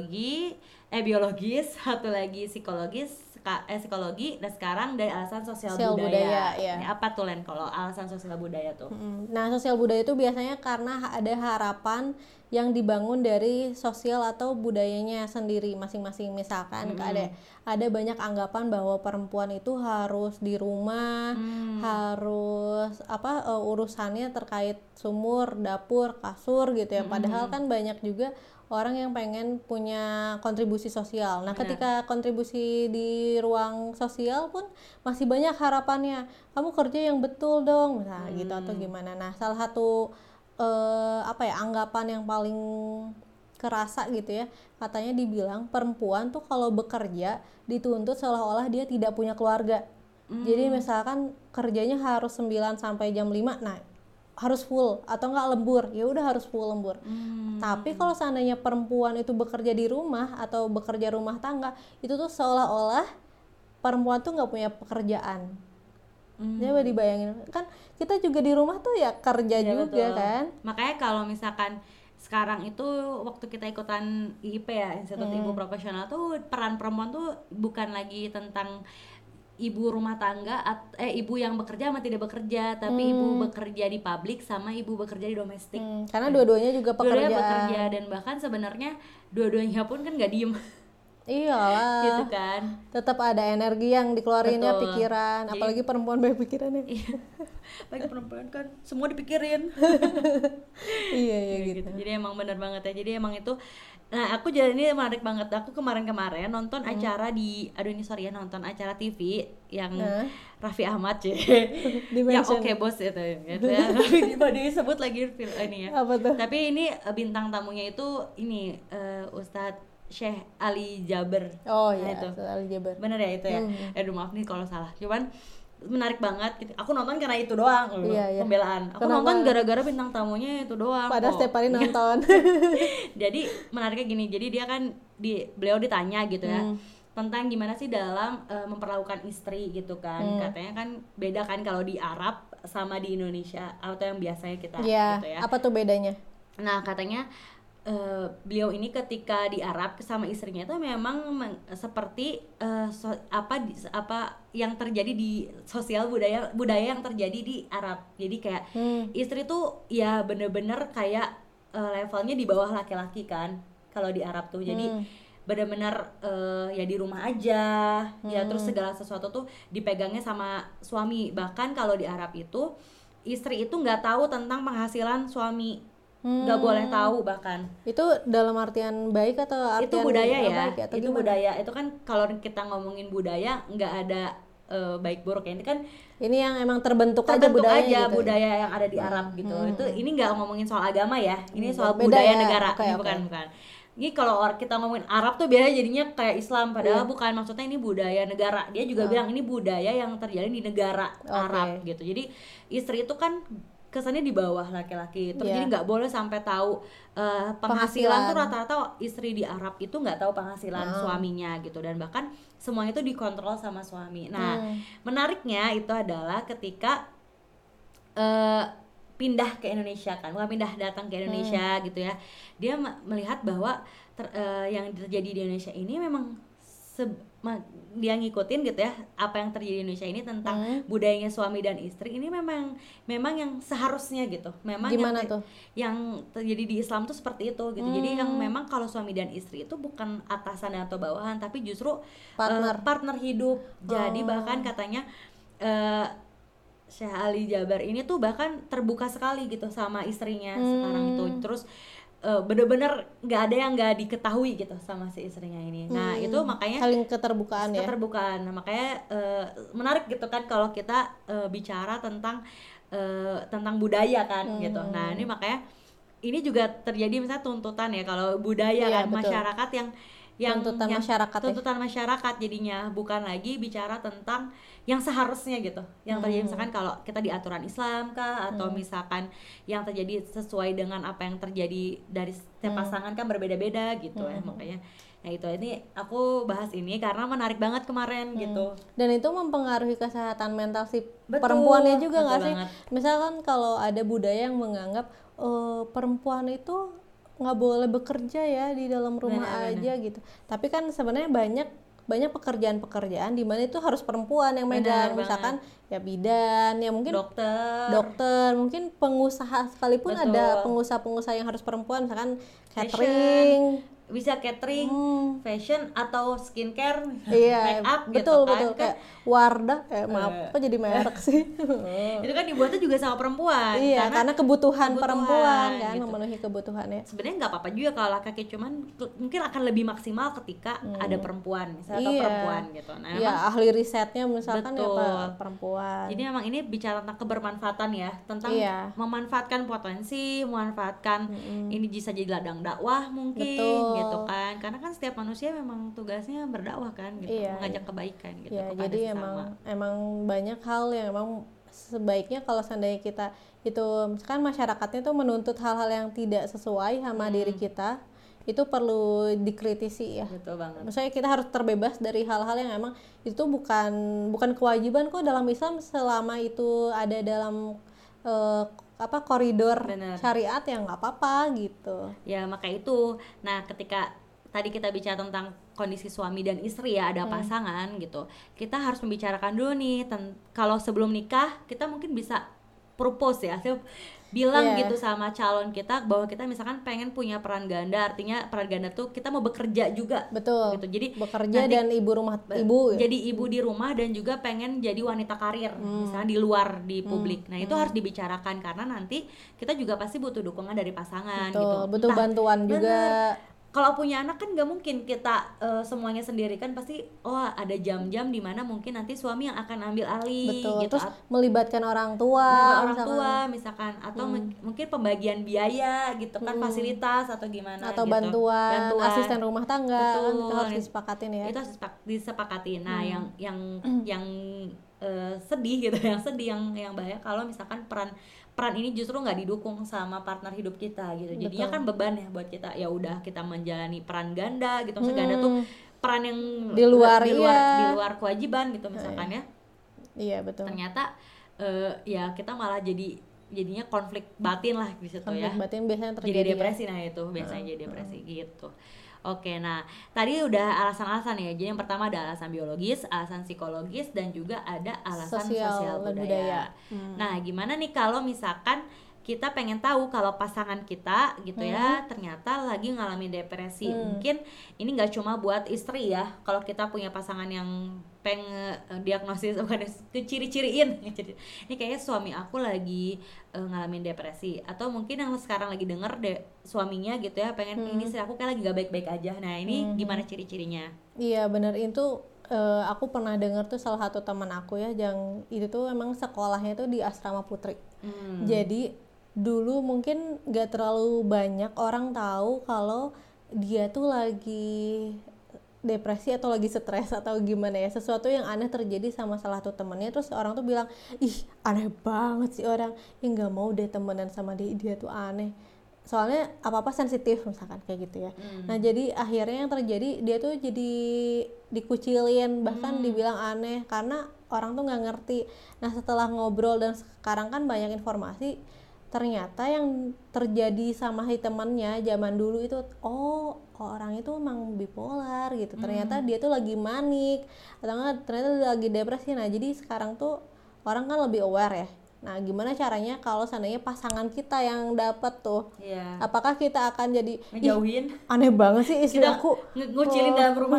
B: biologis, satu lagi psikologi, dan sekarang dari alasan sosial budaya. Ini apa tuh Len kalau alasan sosial budaya tuh?
A: Nah sosial budaya itu biasanya karena ada harapan yang dibangun dari sosial atau budayanya sendiri masing-masing. Misalkan ada banyak anggapan bahwa perempuan itu harus di rumah, harus urusannya terkait sumur, dapur, kasur gitu ya. Padahal kan banyak juga orang yang pengen punya kontribusi sosial. Nah, ketika kontribusi di ruang sosial pun masih banyak harapannya. Kamu kerja yang betul dong, misalnya gitu atau gimana. Nah, salah satu anggapan yang paling kerasa gitu ya, katanya dibilang perempuan tuh kalau bekerja dituntut seolah-olah dia tidak punya keluarga. Jadi misalkan kerjanya harus 9 sampai jam 5, nah harus full atau enggak lembur, ya udah harus full lembur. Tapi kalau seandainya perempuan itu bekerja di rumah atau bekerja rumah tangga, itu tuh seolah-olah perempuan tuh nggak punya pekerjaan. Coba dibayangin, kan kita juga di rumah tuh ya kerja juga betul. Kan.
B: Makanya kalau misalkan sekarang itu waktu kita ikutan IIP ya, Institut Ibu Profesional tuh peran perempuan tuh bukan lagi tentang ibu rumah tangga ibu yang bekerja sama tidak bekerja, tapi ibu bekerja di publik sama ibu bekerja di domestik.
A: Karena dua-duanya juga pekerjaan.
B: Dua-duanya bekerja, dan bahkan sebenarnya dua-duanya pun kan nggak diem.
A: Iyalah.
B: Gitu kan.
A: Tetap ada energi yang dikeluarinnya. Betul. Pikiran, jadi, apalagi perempuan banyak pikirannya.
B: Iya. Apalagi perempuan kan semua dipikirin.
A: Iya gitu.
B: Jadi emang benar banget ya. Jadi emang itu. Nah, aku jadi ini menarik banget. Aku kemarin-kemarin nonton acara nonton acara TV yang Raffi Ahmad yang Oke Bos itu gitu ya. Disebut lagi film ini ya.
A: Apa tuh?
B: Tapi ini bintang tamunya itu ini Ustadz Syekh Ali Jaber.
A: Oh iya, itu Ali Jaber.
B: Bener ya itu ya. Aduh maaf nih kalau salah. Cuman menarik banget gitu. Aku nonton karena itu doang pembelaan. Aku nonton gara-gara bintang tamunya itu doang.
A: Padahal setiap hari nonton.
B: Jadi menariknya gini. Jadi dia kan beliau ditanya gitu ya tentang gimana sih dalam memperlakukan istri gitu kan. Katanya kan beda kan kalau di Arab sama di Indonesia atau yang biasanya kita gitu ya.
A: Apa tuh bedanya?
B: Nah, katanya beliau ini ketika di Arab sama istrinya tuh memang seperti apa yang terjadi di sosial budaya yang terjadi di Arab. Jadi kayak istri tuh ya bener-bener kayak levelnya di bawah laki-laki kan kalau di Arab tuh. Jadi benar-benar ya di rumah aja ya, terus segala sesuatu tuh dipegangnya sama suami. Bahkan kalau di Arab itu istri itu nggak tahu tentang penghasilan suami. Nggak boleh tahu bahkan.
A: Itu dalam artian baik atau artian
B: itu budaya ya?
A: Baik,
B: itu gimana? Budaya. Itu kan kalau kita ngomongin budaya nggak ada baik buruk ya. Ini kan
A: ini yang emang terbentuk aja budaya
B: aja
A: gitu.
B: Budaya yang ada di Arab gitu. Itu ini nggak ngomongin soal agama ya. Ini soal budaya negara. Bukan. Ini kalau kita ngomongin Arab tuh biasanya jadinya kayak Islam, padahal bukan. Maksudnya ini budaya negara. Dia juga bilang ini budaya yang terjadi di negara Arab gitu. Jadi istri itu kan kesannya di bawah laki-laki, terus jadi nggak boleh sampai tahu penghasilan tuh rata-rata istri di Arab itu nggak tahu penghasilan suaminya gitu, dan bahkan semuanya itu dikontrol sama suami. Nah menariknya itu adalah ketika pindah ke Indonesia kan, bukan pindah, datang ke Indonesia gitu ya, dia melihat bahwa yang terjadi di Indonesia ini memang dia ngikutin gitu ya apa yang terjadi di Indonesia ini tentang budayanya suami dan istri ini memang yang seharusnya gitu. Memang
A: gimana tuh?
B: Yang terjadi di Islam tuh seperti itu gitu. Jadi yang memang kalau suami dan istri itu bukan atasan atau bawahan, tapi justru partner hidup. Jadi bahkan katanya Syekh Ali Jaber ini tuh bahkan terbuka sekali gitu sama istrinya sekarang itu. Terus bener-bener nggak ada yang nggak diketahui gitu sama si istrinya ini. Nah itu makanya
A: saling keterbukaan.
B: Nah makanya menarik gitu kan kalau kita bicara tentang budaya kan gitu. Nah ini makanya ini juga terjadi misalnya tuntutan ya kalau budaya kan, betul. Masyarakat yang tuntutan masyarakat jadinya bukan lagi bicara tentang yang seharusnya gitu, yang terjadi misalkan kalau kita di aturan Islam kah, atau misalkan yang terjadi sesuai dengan apa yang terjadi dari setiap pasangan kan berbeda-beda gitu ya. Makanya nah itu ini aku bahas ini karena menarik banget kemarin gitu,
A: dan itu mempengaruhi kesehatan mental si perempuannya juga nggak sih? Misalkan kalau ada budaya yang menganggap perempuan itu nggak boleh bekerja ya di dalam rumah aja gitu, tapi kan sebenarnya banyak banyak pekerjaan-pekerjaan di mana itu harus perempuan yang megang, misalkan ya bidan, ya mungkin dokter, mungkin pengusaha sekalipun ada pengusaha-pengusaha yang harus perempuan, misalkan catering,
B: bisa catering, fashion atau skincare,
A: iya,
B: make up
A: betul,
B: gitu kan.
A: Kayak Wardah, maaf, kok jadi merek sih?
B: Itu kan dibuatnya juga sama perempuan.
A: Iya, karena kebutuhan perempuan kan, gitu. Memenuhi kebutuhannya.
B: Sebenarnya nggak apa-apa juga kalau laki-laki, cuman mungkin akan lebih maksimal ketika ada perempuan, misalnya atau perempuan gitu. Nah,
A: iya, ahli risetnya misalkan ya perempuan.
B: Jadi memang ini bicara tentang kebermanfaatan ya, tentang memanfaatkan potensi, memanfaatkan ini bisa jadi ladang dakwah mungkin. Gitu kan, karena kan setiap manusia memang tugasnya berdakwah kan gitu, mengajak kebaikan gitu kepada
A: jadi
B: sesama.
A: emang banyak hal yang emang sebaiknya kalau seandainya kita itu misalkan masyarakatnya tuh menuntut hal-hal yang tidak sesuai sama diri kita, itu perlu dikritisi ya.
B: Betul banget.
A: Maksudnya kita harus terbebas dari hal-hal yang emang itu bukan kewajiban kok dalam Islam, selama itu ada dalam koridor syariat yang nggak apa-apa gitu.
B: Ya maka itu. Nah ketika tadi kita bicara tentang kondisi suami dan istri ya, ada pasangan gitu, kita harus membicarakan dulu nih kalau sebelum nikah kita mungkin bisa propose ya, bilang gitu sama calon kita bahwa kita misalkan pengen punya peran ganda, artinya peran ganda tuh kita mau bekerja juga.
A: Betul.
B: Gitu. Jadi
A: bekerja dan ibu.
B: Jadi ibu di rumah dan juga pengen jadi wanita karir, misalnya di luar di publik. Nah, itu harus dibicarakan karena nanti kita juga pasti butuh dukungan dari pasangan.
A: Betul,
B: gitu.
A: Butuh bantuan juga.
B: Kalau punya anak kan nggak mungkin kita semuanya sendiri kan, pasti ada jam-jam di mana mungkin nanti suami yang akan ambil alih.
A: Betul.
B: Gitu.
A: Terus melibatkan orang tua
B: misalkan atau mungkin pembagian biaya gitu kan, fasilitas atau gimana
A: atau
B: gitu.
A: bantuan asisten rumah tangga.
B: Betul.
A: Kan itu harus disepakatin ya.
B: Itu harus disepakatin. Nah, yang sedih gitu, yang bahaya kalau misalkan peran ini justru nggak didukung sama partner hidup kita gitu. Jadinya kan beban ya buat kita. Ya udah kita menjalani peran ganda gitu. Maksudnya ganda tuh peran yang
A: di luar
B: kewajiban gitu misalkan ya.
A: Iya, betul.
B: Ternyata ya kita malah jadinya konflik batin lah di situ ya.
A: Konflik batin biasanya terjadi.
B: Jadi depresi itu biasanya jadi depresi gitu. Oke, nah tadi udah alasan-alasan ya. Jadi yang pertama ada alasan biologis, alasan psikologis, dan juga ada alasan sosial budaya. Nah, gimana nih kalau misalkan kita pengen tahu kalau pasangan kita gitu ya ternyata lagi ngalamin depresi. Mungkin ini nggak cuma buat istri ya. Kalau kita punya pasangan yang pengen diagnosis, bukan ciri-ciriin ini kayaknya suami aku lagi ngalamin depresi, atau mungkin yang sekarang lagi denger suaminya gitu ya pengen ini sih aku kayak lagi gak baik-baik aja. Nah ini gimana ciri-cirinya?
A: Iya benar, itu aku pernah denger tuh salah satu teman aku ya, yang itu tuh emang sekolahnya tuh di asrama putri. Jadi dulu mungkin gak terlalu banyak orang tahu kalau dia tuh lagi depresi atau lagi stres atau gimana ya, sesuatu yang aneh terjadi sama salah satu temennya. Terus orang tuh bilang, ih aneh banget sih orang yang gak mau deh temenan sama dia tuh aneh, soalnya apa-apa sensitif misalkan kayak gitu ya. Nah jadi akhirnya yang terjadi dia tuh jadi dikucilin, bahkan dibilang aneh karena orang tuh gak ngerti. Nah setelah ngobrol dan sekarang kan banyak informasi, ternyata yang terjadi sama si temannya zaman dulu itu orang itu emang bipolar gitu. Ternyata dia tuh lagi manik atau enggak ternyata lagi depresi. Nah jadi sekarang tuh orang kan lebih aware ya. Nah gimana caranya kalau seandainya pasangan kita yang dapat tuh, apakah kita akan jadi
B: ngejauhin?
A: Aneh banget sih istri
B: kita
A: aku
B: ngucilin dalam rumah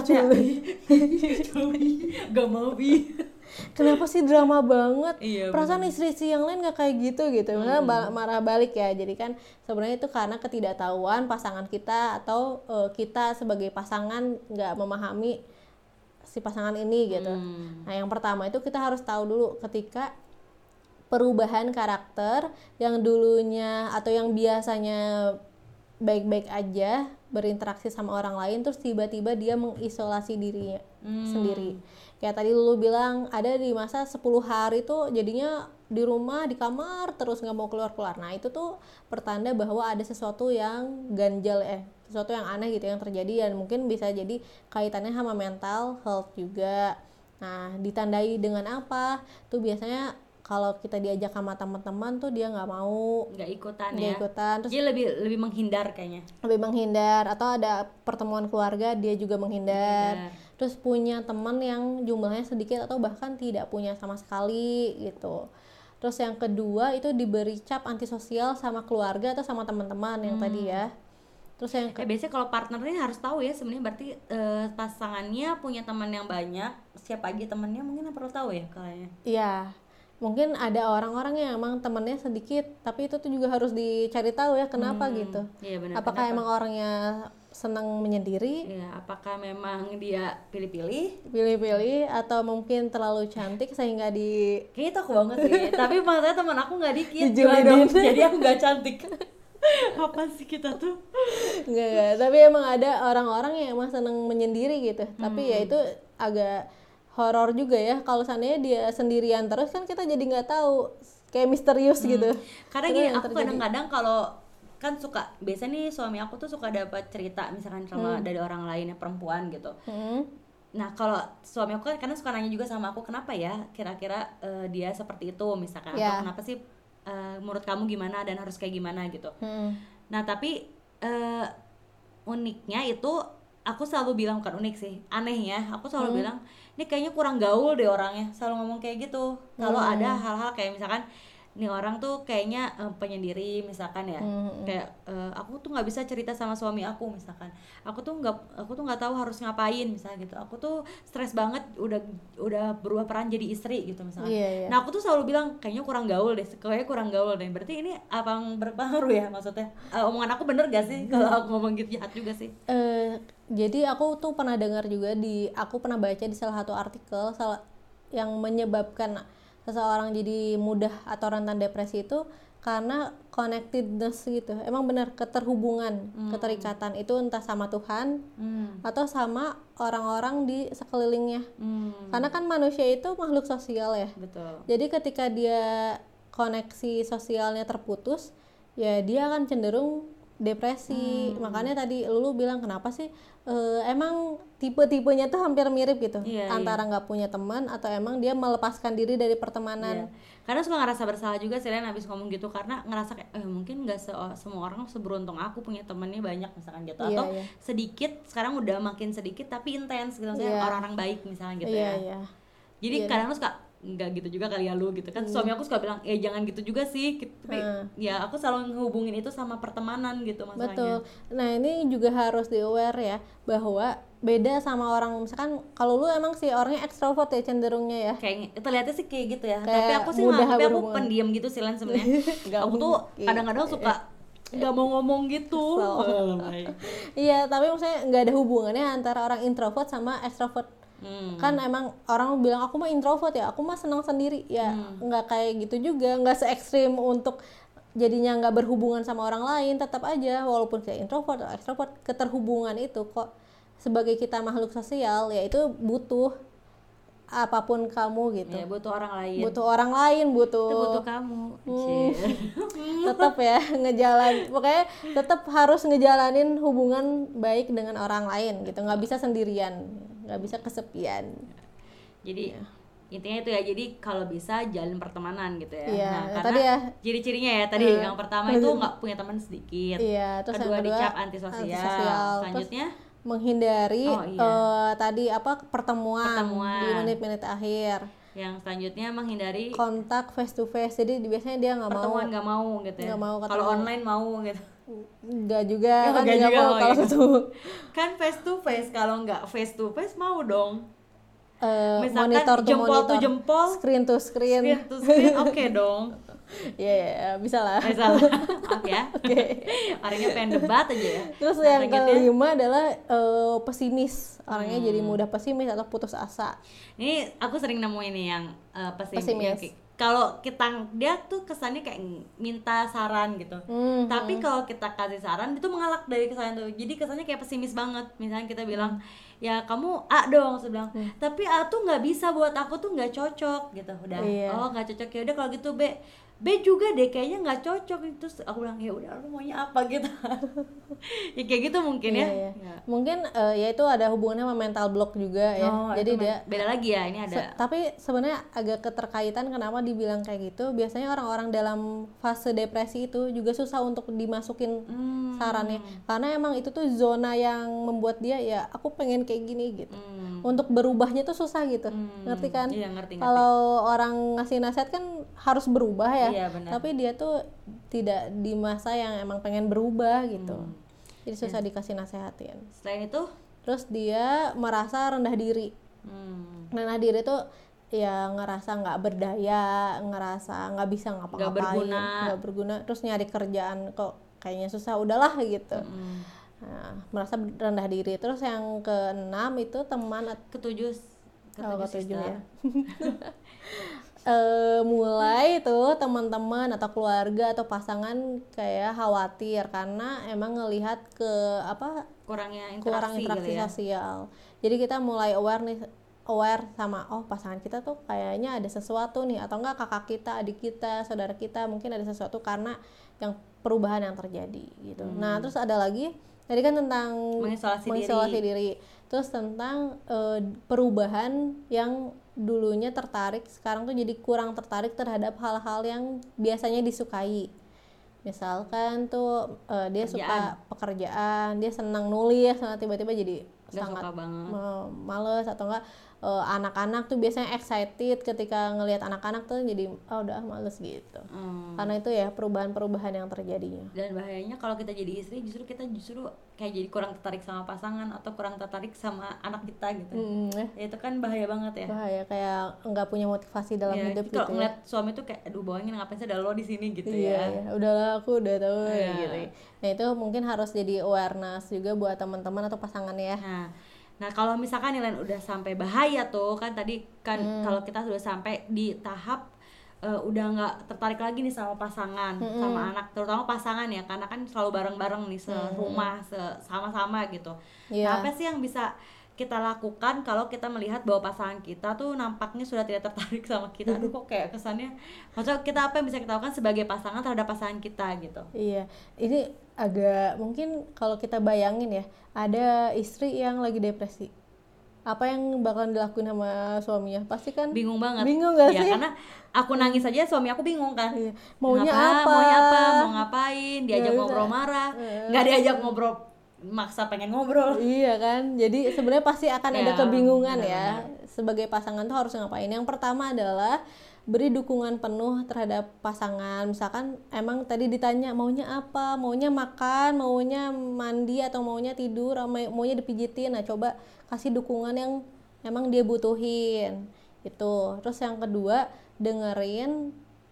B: gak mau
A: kenapa sih drama banget? Perasaan istri-istri yang lain gak kayak gitu. Misalnya marah balik ya. Jadi kan sebenarnya itu karena ketidaktahuan pasangan kita, atau kita sebagai pasangan gak memahami si pasangan ini gitu. Nah yang pertama itu kita harus tahu dulu ketika perubahan karakter yang dulunya atau yang biasanya baik-baik aja berinteraksi sama orang lain, terus tiba-tiba dia mengisolasi dirinya sendiri. Kayak tadi lu bilang ada di masa 10 hari tuh jadinya di rumah di kamar terus nggak mau keluar-keluar. Nah itu tuh pertanda bahwa ada sesuatu yang ganjal sesuatu yang aneh gitu yang terjadi, dan mungkin bisa jadi kaitannya sama mental health juga. Nah ditandai dengan apa? Tuh biasanya kalau kita diajak sama teman-teman tuh dia nggak mau,
B: nggak ikutan.
A: Terus
B: dia lebih menghindar kayaknya,
A: atau ada pertemuan keluarga dia juga menghindar. Terus punya teman yang jumlahnya sedikit atau bahkan tidak punya sama sekali gitu. Terus yang kedua itu diberi cap antisosial sama keluarga atau sama teman-teman yang tadi ya. Terus yang
B: biasanya kalau partnernya harus tahu ya sebenarnya, berarti pasangannya punya teman yang banyak, siapa aja temannya mungkin perlu tahu ya kayaknya.
A: Iya, mungkin ada orang-orang yang emang temannya sedikit, tapi itu tuh juga harus dicari tahu ya kenapa gitu.
B: Iya, benar.
A: Apakah emang orangnya senang menyendiri?
B: Iya, apakah memang dia pilih-pilih,
A: atau mungkin terlalu cantik sehingga
B: kayaknya itu aku banget sih. Tapi maksudnya teman aku nggak dikit, jadi aku nggak cantik. Apa sih kita tuh?
A: Enggak, tapi emang ada orang-orang yang emang seneng menyendiri gitu. Tapi ya itu agak horor juga ya. Kalau seandainya dia sendirian terus kan kita jadi nggak tahu, kayak misterius gitu.
B: Karena gini, aku kadang-kadang kalau kan suka, biasanya nih suami aku tuh suka dapat cerita misalkan sama dari orang lain yang perempuan gitu. Nah kalau suami aku kan karena suka nanya juga sama aku, kenapa ya kira-kira dia seperti itu misalkan, atau kenapa sih menurut kamu gimana dan harus kayak gimana gitu. Nah tapi uniknya itu aku selalu bilang, bukan unik sih, anehnya aku selalu bilang ini kayaknya kurang gaul deh orangnya, selalu ngomong kayak gitu. Kalau ada hal-hal kayak misalkan nih orang tuh kayaknya penyendiri misalkan ya, kayak aku tuh nggak bisa cerita sama suami aku misalkan, aku tuh nggak tahu harus ngapain misalnya gitu, aku tuh stres banget udah berubah peran jadi istri gitu misalkan. Nah aku tuh selalu bilang kayaknya kurang gaul deh, berarti ini apa yang berpengaruh ya, maksudnya omongan aku bener gak sih kalau aku ngomong gitu jahat juga sih?
A: Jadi aku tuh pernah dengar juga, aku pernah baca di salah satu artikel yang menyebabkan seseorang jadi mudah atau rentan depresi itu karena connectedness gitu. Emang benar, keterhubungan, keterikatan itu entah sama Tuhan atau sama orang-orang di sekelilingnya. Karena kan manusia itu makhluk sosial ya.
B: Betul.
A: Jadi ketika dia koneksi sosialnya terputus, ya dia akan cenderung depresi. Makanya tadi Lulu bilang kenapa sih emang tipe-tipenya tuh hampir mirip gitu, antara nggak punya teman atau emang dia melepaskan diri dari pertemanan.
B: Karena suka ngerasa bersalah juga sih Ren abis ngomong gitu, karena ngerasa kayak mungkin nggak semua orang seberuntung aku punya temennya banyak misalkan gitu, atau sedikit, sekarang udah makin sedikit tapi intens gitu, misalnya orang-orang baik misalnya gitu jadi kadang lu suka nggak gitu juga kali ya lu gitu kan. Suami aku suka bilang jangan gitu juga sih gitu. Tapi ya aku selalu ngehubungin itu sama pertemanan gitu masalahnya.
A: Betul. Nah ini juga harus di aware ya, bahwa beda sama orang, misalkan kalau lu emang sih orangnya ekstrovert ya cenderungnya ya,
B: kayak terlihatnya sih kayak gitu ya, tapi aku sih nganggapnya aku pendiam gitu sih Len sebenarnya. Aku tuh kadang-kadang suka nggak mau ngomong gitu.
A: Iya, tapi maksudnya nggak ada hubungannya antara orang introvert sama extrovert. Kan emang orang bilang aku mah introvert ya, aku mah senang sendiri ya, nggak kayak gitu juga, nggak se ekstrim untuk jadinya nggak berhubungan sama orang lain. Tetap aja walaupun kayak introvert atau extrovert, keterhubungan itu kok sebagai kita makhluk sosial ya itu butuh apapun kamu gitu.
B: Ya, butuh orang lain.
A: Itu butuh
B: kamu.
A: Tetap ya pokoknya tetap harus ngejalanin hubungan baik dengan orang lain gitu, nggak bisa sendirian, nggak bisa kesepian.
B: Jadi intinya itu ya, jadi kalau bisa jalin pertemanan gitu ya.
A: Nah
B: karena
A: tadi ya
B: ciri-cirinya ya tadi yang pertama itu nggak punya teman sedikit,
A: terus
B: kedua
A: yang
B: dicap antisosial, selanjutnya
A: terus menghindari tadi pertemuan di menit-menit akhir.
B: Yang selanjutnya menghindari
A: kontak face to face, jadi biasanya dia nggak mau
B: pertemuan, nggak mau gitu ya. Kalau online mau gitu,
A: nggak juga kan, nggak mau kalau gitu.
B: Kan face to face, kalau nggak face to face mau dong. Misalkan
A: monitor
B: jempol to jempol,
A: screen to screen,
B: oke dong.
A: Ya bisa lah.
B: Maaf ya. Orangnya pengen debat aja ya.
A: Terus yang kelima adalah pesimis. Orangnya jadi mudah pesimis atau putus asa.
B: Ini aku sering nemu ini yang pesimis. Kalau dia tuh kesannya kayak minta saran gitu. Tapi kalau kita kasih saran itu mengelak dari kesannya tuh. Jadi kesannya kayak pesimis banget. Misalnya kita bilang, ya kamu A dong, saya bilang. Tapi A tuh nggak bisa buat aku tuh nggak cocok gitu. Udah. Oh nggak cocok, ya udah kalau gitu B. B juga deh kayaknya nggak cocok. Terus aku bilang ya udah lu maunya apa gitu. Ya kayak gitu mungkin ya.
A: Ya. Mungkin ya itu ada hubungannya sama mental block juga ya. Jadi dia
B: beda lagi ya, ini ada.
A: Tapi sebenarnya agak keterkaitan kenapa dibilang kayak gitu. Biasanya orang-orang dalam fase depresi itu juga susah untuk dimasukin sarannya. Karena emang itu tuh zona yang membuat dia ya aku pengen kayak gini gitu. Untuk berubahnya tuh susah gitu. Ngerti kan?
B: Iya, ngerti.
A: Kalau orang ngasih nasihat kan harus berubah ya.
B: Iya, benar.
A: Tapi dia tuh tidak di masa yang emang pengen berubah gitu. Jadi susah dikasih nasehatin.
B: Selain itu,
A: terus dia merasa rendah diri. Rendah diri tuh ya ngerasa nggak berdaya, ngerasa nggak bisa ngapa-ngapain, nggak berguna. Terus nyari kerjaan kok kayaknya susah, udahlah gitu. Nah, merasa rendah diri. Terus yang keenam itu teman ketujuh ya. Mulai tuh teman-teman atau keluarga atau pasangan kayak khawatir karena emang ngelihat ke
B: kurang
A: interaksi sosial. Jadi kita mulai aware sama pasangan kita tuh kayaknya ada sesuatu nih, atau enggak kakak kita, adik kita, saudara kita mungkin ada sesuatu karena yang perubahan yang terjadi gitu. Nah, terus ada lagi tadi kan tentang mengisolasi diri. Terus tentang perubahan yang dulunya tertarik, sekarang tuh jadi kurang tertarik terhadap hal-hal yang biasanya disukai. Misalkan tuh dia suka pekerjaan, dia senang nulis, tiba-tiba jadi sangat males, atau enggak anak-anak tuh biasanya excited ketika ngelihat anak-anak tuh jadi udah males gitu. Karena itu ya perubahan-perubahan yang terjadinya.
B: Dan bahayanya kalau kita jadi istri justru kayak jadi kurang tertarik sama pasangan atau kurang tertarik sama anak kita gitu. Ya, itu kan bahaya banget ya.
A: Bahaya, kayak nggak punya motivasi dalam hidup gitu.
B: Kalau ngeliat suami tuh kayak aduh bawangin ngapain sih ada lo di sini gitu ya.
A: Iya, udahlah aku udah tahu gitu. Nah, itu mungkin harus jadi awareness juga buat teman-teman atau pasangan ya.
B: Nah kalau misalkan Nilen udah sampai bahaya tuh kan tadi kan kalau kita sudah sampai di tahap udah nggak tertarik lagi nih sama pasangan, sama anak, terutama pasangan ya, karena kan selalu bareng-bareng nih serumah, sama-sama gitu. Nah, apa sih yang bisa kita lakukan kalau kita melihat bahwa pasangan kita tuh nampaknya sudah tidak tertarik sama kita? Aduh kok kayak kesannya, maksudnya kita apa yang bisa kita lakukan sebagai pasangan terhadap pasangan kita gitu?
A: Iya, ini agak mungkin kalau kita bayangin ya, ada istri yang lagi depresi, apa yang bakalan dilakuin sama suaminya? Pasti kan
B: bingung banget.
A: Bingung gak sih?
B: Karena aku nangis aja suami aku bingung kan.
A: Maunya apa,
B: mau ngapain, diajak ngobrol marah, nggak diajak ngobrol maksa pengen ngobrol.
A: Iya kan, jadi sebenarnya pasti akan ada kebingungan ya. Sebagai pasangan tuh harus ngapain? Yang pertama adalah beri dukungan penuh terhadap pasangan. Misalkan emang tadi ditanya maunya apa, maunya makan, maunya mandi, atau maunya tidur, maunya dipijitin. Nah, coba kasih dukungan yang emang dia butuhin itu. Terus yang kedua, dengerin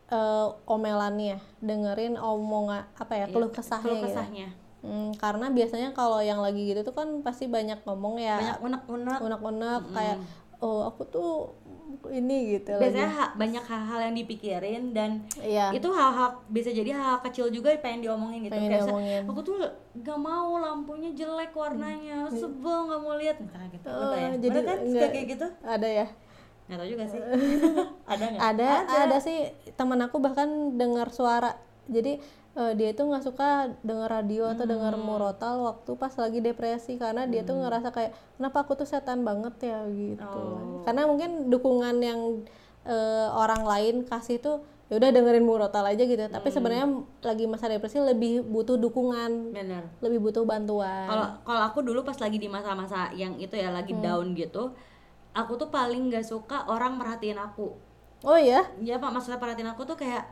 A: omelannya, dengerin omongan keluh kesahnya. Gitu. Karena biasanya kalau yang lagi gitu tuh kan pasti banyak ngomong ya,
B: banyak unek-unek
A: kayak aku tuh ini gitu.
B: Biasanya banyak hal-hal yang dipikirin, dan itu hal-hal bisa jadi hal kecil juga pengen diomongin gitu. Kayak aku tuh gak mau lampunya jelek warnanya, sebel gak mau lihat gitu. Jadi kan kayak gitu.
A: Ada ya?
B: Nggak tahu juga sih. Ada nggak?
A: Ada sih, teman aku bahkan dengar suara. Jadi dia tuh nggak suka dengar radio atau dengar murotal waktu pas lagi depresi, karena dia tuh ngerasa kayak kenapa aku tuh setan banget ya gitu. Karena mungkin dukungan yang orang lain kasih tuh ya udah dengerin murotal aja gitu. Tapi sebenarnya lagi masa depresi lebih butuh dukungan.
B: Bener.
A: Lebih butuh bantuan.
B: Kalau aku dulu pas lagi di masa-masa yang itu ya lagi down gitu, aku tuh paling nggak suka orang merhatiin aku.
A: Oh ya?
B: Iya Pak, maksudnya perhatiin aku tuh kayak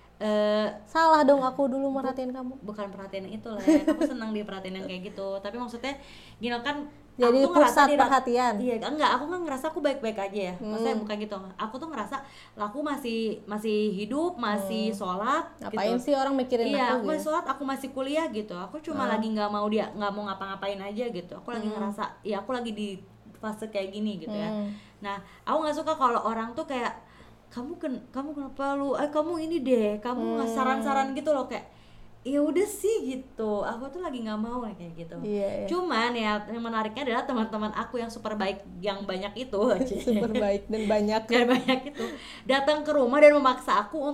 A: salah dong aku dulu merhatiin kamu.
B: Bukan perhatian itu lah ya. Aku senang diperhatiin yang kayak gitu. Tapi maksudnya gini kan,
A: jadi
B: aku tuh
A: pusat perhatian.
B: Iya, enggak, aku kan ngerasa aku baik-baik aja ya. Maksudnya bukan gitu. Aku tuh ngerasa aku masih hidup, masih sholat.
A: Ngapain
B: gitu.
A: Sih orang mikirin aku?
B: Iya, aku masih sholat, aku masih kuliah gitu. Aku cuma lagi nggak mau ngapa-ngapain aja gitu. Aku lagi ngerasa, ya aku lagi di fase kayak gini gitu ya. Nah, aku nggak suka kalau orang tuh kayak kamu kenapa lu kamu ini deh, kamu saran-saran gitu loh, kayak ya udah sih gitu. Aku tuh lagi nggak mau kayak gitu. Cuman ya yang menariknya adalah teman-teman aku yang super baik yang banyak itu
A: super baik dan banyak
B: itu datang ke rumah dan memaksa aku untuk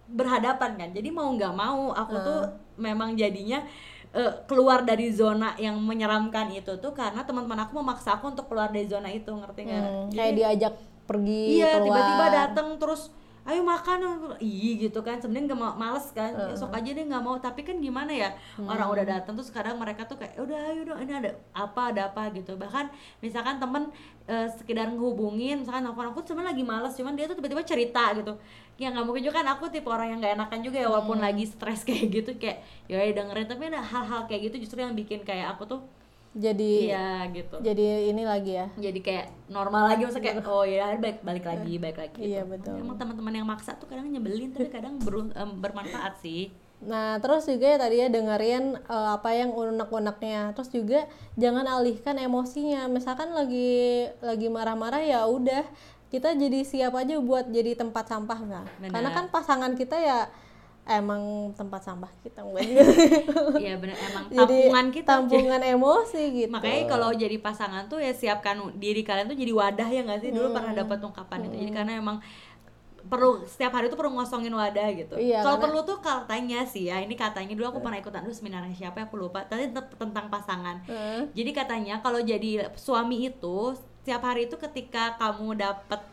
B: berhadapan kan. Jadi mau nggak mau aku tuh memang jadinya keluar dari zona yang menyeramkan itu tuh karena teman-teman aku memaksa aku untuk keluar dari zona itu, ngerti nggak?
A: Kayak diajak pergi
B: iya,
A: keluar.
B: tiba-tiba datang terus ayo makan, gitu kan. Sebenarnya nggak males kan, sok aja deh nggak mau. Tapi kan gimana ya, orang udah datang tuh sekarang mereka tuh kayak udah ayo dong, ini ada apa gitu. Bahkan misalkan temen sekedar ngehubungin, misalkan aku sebenarnya lagi males, cuman dia tuh tiba-tiba cerita gitu. Ya nggak mungkin juga kan, aku tipe orang yang nggak enakan juga ya, walaupun lagi stres kayak gitu, kayak ya dengerin. Tapi ada hal-hal kayak gitu justru yang bikin kayak aku tuh
A: jadi
B: iya gitu,
A: jadi ini lagi ya,
B: jadi kayak normal lagi, maksudnya kayak oh ya balik lagi gitu.
A: Iya betul.
B: Emang teman-teman yang maksa tuh kadang nyebelin, tapi kadang bermanfaat sih.
A: Nah terus juga ya tadi ya dengerin apa yang unek-uneknya, terus juga jangan alihkan emosinya. Misalkan lagi marah-marah, ya udah kita jadi siap aja buat jadi tempat sampah kan. Karena kan pasangan kita ya emang tempat sampah kita
B: iya benar, emang tampungan kita,
A: tampungan emosi gitu.
B: Makanya kalau jadi pasangan tuh ya siapkan diri kalian tuh jadi wadah, ya nggak sih? Dulu pernah dapat ungkapan itu. Jadi karena emang perlu setiap hari tuh perlu ngosongin wadah gitu.
A: Iya,
B: kalau perlu tuh katanya sih ya, ini katanya dulu aku pernah ikutan dulu seminarnya siapa ya, aku lupa, tadi tentang pasangan. Jadi katanya kalau jadi suami itu setiap hari itu ketika kamu dapet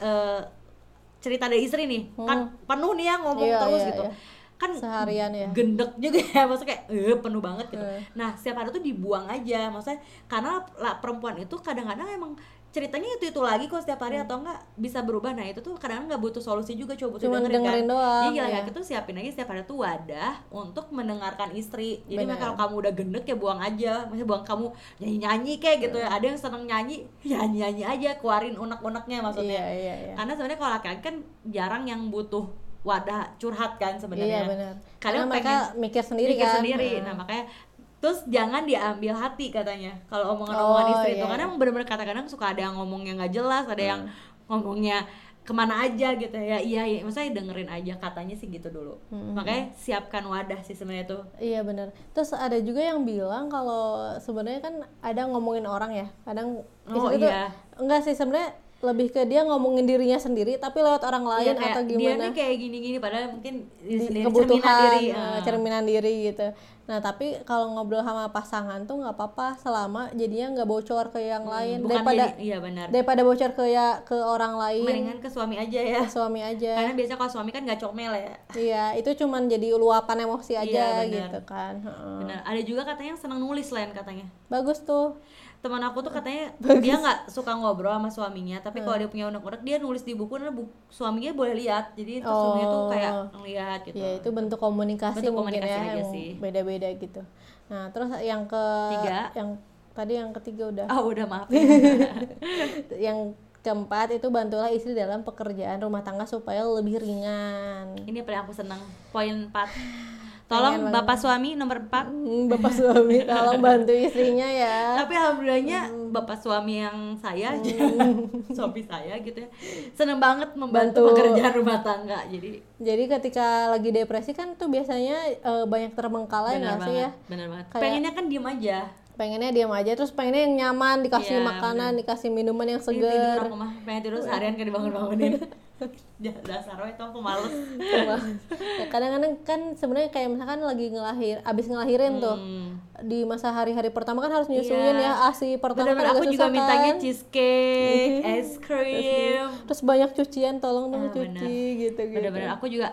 B: cerita dari istri nih, kan penuh nih ya ngomong terus gitu. Kan seharian ya gendek juga ya, maksudnya kayak penuh banget gitu. Nah setiap hari tuh dibuang aja, maksudnya karena perempuan itu kadang-kadang emang ceritanya itu lagi kok setiap hari, atau enggak bisa berubah. Nah itu tuh kadang nggak butuh solusi juga, coba butuh dengerin kan
A: doang.
B: Jadi gila gitu, siapin aja setiap hari tuh wadah untuk mendengarkan istri. Jadi kalau kamu udah gendek ya buang aja, maksudnya buang, kamu nyanyi kayak gitu ya. Ada yang seneng nyanyi aja, keluarin unek-uneknya maksudnya.
A: Iya.
B: Karena sebenarnya kalau laki-laki kan jarang yang butuh wadah curhat kan sebenarnya.
A: Iya benar.
B: Kadang
A: mereka mikir sendiri kan.
B: Nah makanya terus jangan diambil hati katanya kalau omongan-omongan istri itu, karena emang bener-bener kadang-kadang suka ada yang ngomongnya nggak jelas, ada yang ngomongnya kemana aja gitu ya. Iya, maksudnya dengerin aja, katanya sih gitu dulu. Makanya siapkan wadah sih sebenarnya tuh.
A: Iya benar. Terus ada juga yang bilang kalau sebenarnya kan ada ngomongin orang ya, kadang istri tuh enggak sih, sebenarnya lebih ke dia ngomongin dirinya sendiri tapi lewat orang lain, atau gimana,
B: dia nih kayak gini-gini padahal mungkin
A: kebutuhan cerminan diri gitu. Nah tapi kalau ngobrol sama pasangan tuh nggak apa-apa selama jadinya nggak bocor ke yang lain. Daripada bocor ke orang lain,
B: mendingan ke suami aja ya. Karena biasa kalau suami kan nggak comel ya.
A: Iya, itu cuman jadi luapan emosi aja gitu kan.
B: Benar. Ada juga katanya yang senang nulis lain katanya.
A: Bagus tuh.
B: Teman aku tuh katanya dia nggak suka ngobrol sama suaminya, tapi kalau dia punya unek-unek dia nulis di buku, dan suaminya boleh lihat, jadi suaminya tuh kayak ngeliat gitu.
A: Ya itu bentuk komunikasi mungkin ya,
B: aja sih.
A: Beda-beda gitu. Nah terus yang ketiga udah.
B: Udah maaf.
A: Yang keempat itu bantulah istri dalam pekerjaan rumah tangga supaya lebih ringan.
B: Ini paling aku senang, poin 4. Tolong bapak suami nomor 4.
A: Bapak suami tolong bantu istrinya ya.
B: Tapi alhamdulillahnya bapak suami yang saya suami saya gitu ya, seneng banget membantu pekerjaan rumah tangga. Jadi
A: ketika lagi depresi kan tuh biasanya banyak terbengkalai nggak sih ya?
B: Bener banget. Pengennya kan diem aja, terus pengennya yang nyaman, dikasih makanan, dikasih minuman yang segar. Tidur aku mah pengen tidur seharian kan dibangun-bangunin. Dasar itu aku males.
A: Ya, kadang-kadang kan sebenarnya kayak misalkan lagi abis ngelahirin tuh di masa hari-hari pertama kan harus nyusuin ya, ASI pertama kan
B: aku juga mintanya cheesecake, es krim,
A: terus banyak cucian, tolong dong cuci gitu.
B: Bener-bener aku juga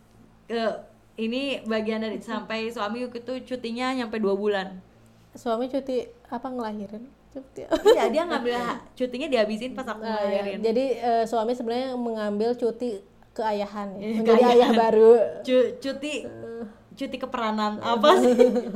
B: ini bagian dari sampai suami itu cutinya nyampe 2 bulan.
A: Suami cuti apa, ngelahirin?
B: Iya, dia ngambil cutinya dihabisin pas aku ngelahirin.
A: Jadi suami sebenarnya mengambil cuti keayahan ya, menjadi ayah baru.
B: Cuti keperanan apa sih?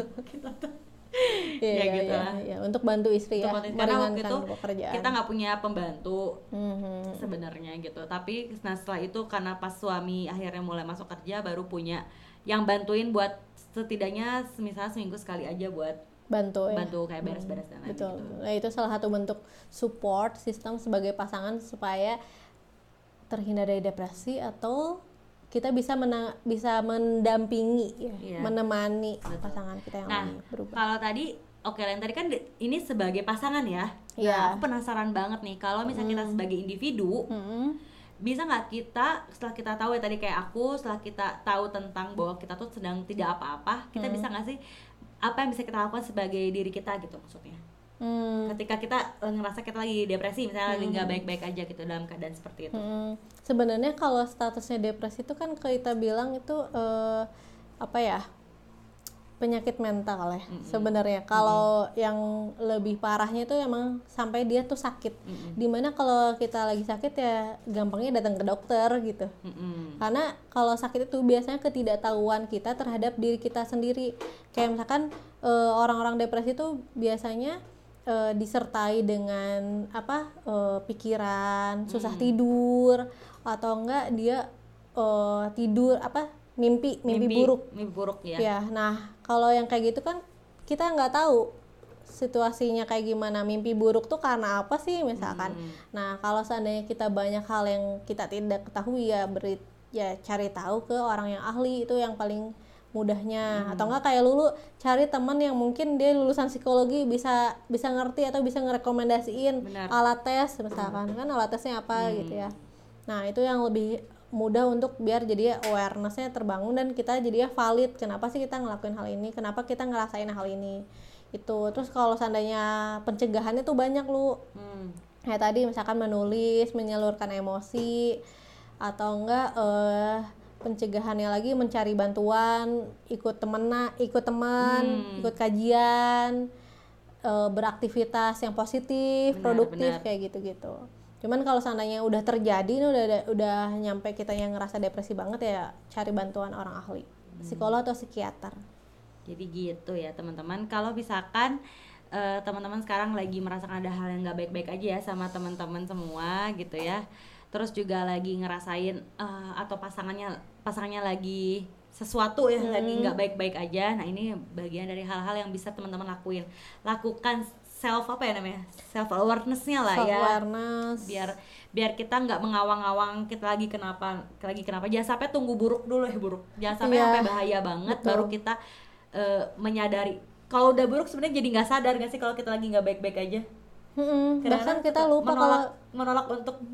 A: Iya, untuk bantu istri ya, meringankan pekerjaan.
B: Kita nggak punya pembantu sebenarnya gitu, tapi setelah itu karena pas suami akhirnya mulai masuk kerja, baru punya yang bantuin buat setidaknya misalnya seminggu sekali aja buat bantu kayak beres-beres dan lain gitu.
A: Nah itu salah satu bentuk support sistem sebagai pasangan supaya terhindar dari depresi, atau kita bisa mendampingi menemani pasangan kita yang lagi berubah.
B: Kalau tadi Lain tadi kan ini sebagai pasangan ya. Nah, aku penasaran banget nih kalau misalnya kita sebagai individu bisa nggak kita setelah kita tahu ya tadi kayak aku, setelah kita tahu tentang bahwa kita tuh sedang tidak apa-apa, kita bisa nggak sih apa yang bisa kita lakukan sebagai diri kita gitu maksudnya. Ketika kita ngerasa kita lagi depresi misalnya, lagi nggak baik-baik aja gitu dalam keadaan seperti itu.
A: Sebenarnya kalau statusnya depresi itu kan kita bilang itu apa ya, penyakit mental ya sebenarnya. Kalau yang lebih parahnya itu emang sampai dia tuh sakit. Dimana kalau kita lagi sakit ya gampangnya datang ke dokter gitu. Karena kalau sakit itu biasanya ketidaktahuan kita terhadap diri kita sendiri. Kayak misalkan orang-orang depresi itu biasanya disertai dengan pikiran, susah tidur, atau enggak dia tidur mimpi buruk
B: ya.
A: Ya, nah kalau yang kayak gitu kan kita nggak tahu situasinya kayak gimana, mimpi buruk tuh karena apa sih misalkan. Nah kalau seandainya kita banyak hal yang kita tidak ketahui ya cari tahu ke orang yang ahli, itu yang paling mudahnya. Atau enggak kayak Lulu cari teman yang mungkin dia lulusan psikologi bisa ngerti atau bisa ngerekomendasiin alat tes misalkan, kan alat tesnya apa gitu ya. Nah itu yang lebih mudah untuk biar jadi awareness-nya terbangun dan kita jadinya valid, kenapa sih kita ngelakuin hal ini, kenapa kita ngerasain hal ini itu. Terus kalau seandainya pencegahannya tuh banyak Lu, kayak tadi misalkan menulis, menyalurkan emosi, atau enggak pencegahannya lagi mencari bantuan, ikut teman, ikut kajian, beraktivitas yang positif, produktif, kayak gitu-gitu. Cuman kalau seandainya udah terjadi, udah nyampe kita yang ngerasa depresi banget ya cari bantuan orang ahli, psikolog atau psikiater.
B: Jadi gitu ya teman-teman. Kalau misalkan teman-teman sekarang lagi merasakan ada hal yang nggak baik-baik aja ya sama teman-teman semua gitu ya. Terus juga lagi ngerasain atau pasangannya lagi sesuatu ya lagi nggak baik-baik aja. Nah ini bagian dari hal-hal yang bisa teman-teman lakukan self awareness-nya lah ya, biar kita nggak mengawang-awang kita lagi kenapa, jangan sampai tunggu buruk dulu ya, jangan sampai sampai bahaya banget. Betul. Baru kita menyadari kalau udah buruk. Sebenarnya jadi nggak sadar nggak sih kalau kita lagi nggak baik-baik aja.
A: Bahkan kita lupa
B: menolak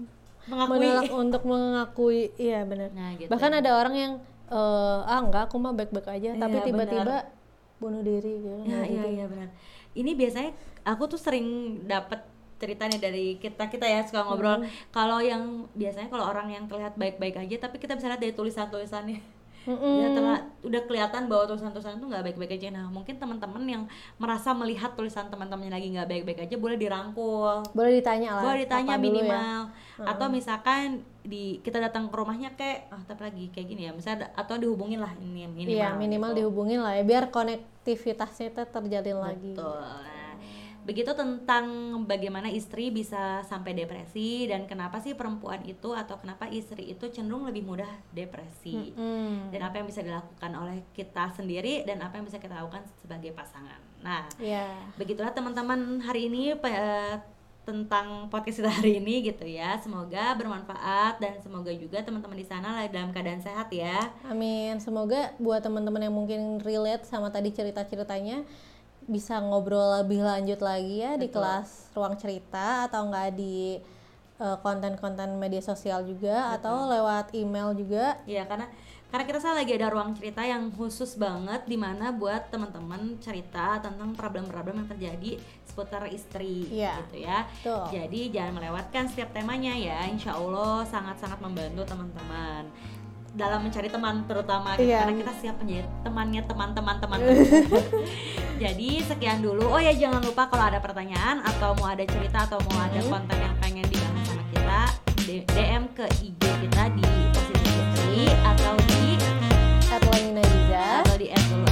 B: untuk mengakui.
A: Iya benar.
B: Nah, gitu.
A: Bahkan ada orang yang enggak, aku mah baik-baik aja, tapi tiba-tiba bunuh diri gitu.
B: Iya benar. Ini biasanya aku tuh sering dapet ceritanya dari kita ya suka ngobrol. Kalau yang biasanya kalau orang yang terlihat baik-baik aja tapi kita bisa lihat dari tulisannya ya udah kelihatan bahwa tulisan-tulisan itu nggak baik-baik aja. Nah mungkin teman-teman yang merasa melihat tulisan teman-temannya lagi nggak baik-baik aja boleh dirangkul, boleh ditanya minimal ya. Atau misalkan kita datang ke rumahnya kayak tapi lagi kayak gini ya misalnya, atau dihubungin lah ini minimal.
A: Iya minimal gitu. Dihubungin lah ya biar konektivitasnya itu terjalin lagi.
B: Betul. Begitu tentang bagaimana istri bisa sampai depresi dan kenapa sih perempuan itu atau kenapa istri itu cenderung lebih mudah depresi, dan apa yang bisa dilakukan oleh kita sendiri dan apa yang bisa kita lakukan sebagai pasangan. Nah, begitulah teman-teman hari ini tentang podcast kita hari ini gitu ya. Semoga bermanfaat dan semoga juga teman-teman di sana dalam keadaan sehat ya.
A: Amin. Semoga buat teman-teman yang mungkin relate sama tadi cerita-ceritanya bisa ngobrol lebih lanjut lagi ya. Betul. Di kelas ruang cerita atau enggak di konten-konten media sosial juga. Betul. Atau lewat email juga.
B: Iya, karena kita lagi ada ruang cerita yang khusus banget dimana buat teman-teman cerita tentang problem-problem yang terjadi seputar istri gitu ya. Betul. Jadi jangan melewatkan setiap temanya ya. Insya Allah sangat-sangat membantu teman-teman dalam mencari teman terutama karena kita siap menjadi temannya teman-teman. Jadi sekian dulu. Oh ya jangan lupa kalau ada pertanyaan atau mau ada cerita atau mau ada konten yang pengen dibahas sama kita, DM ke IG kita di Positif Putri atau di
A: @Lanina Iza
B: atau di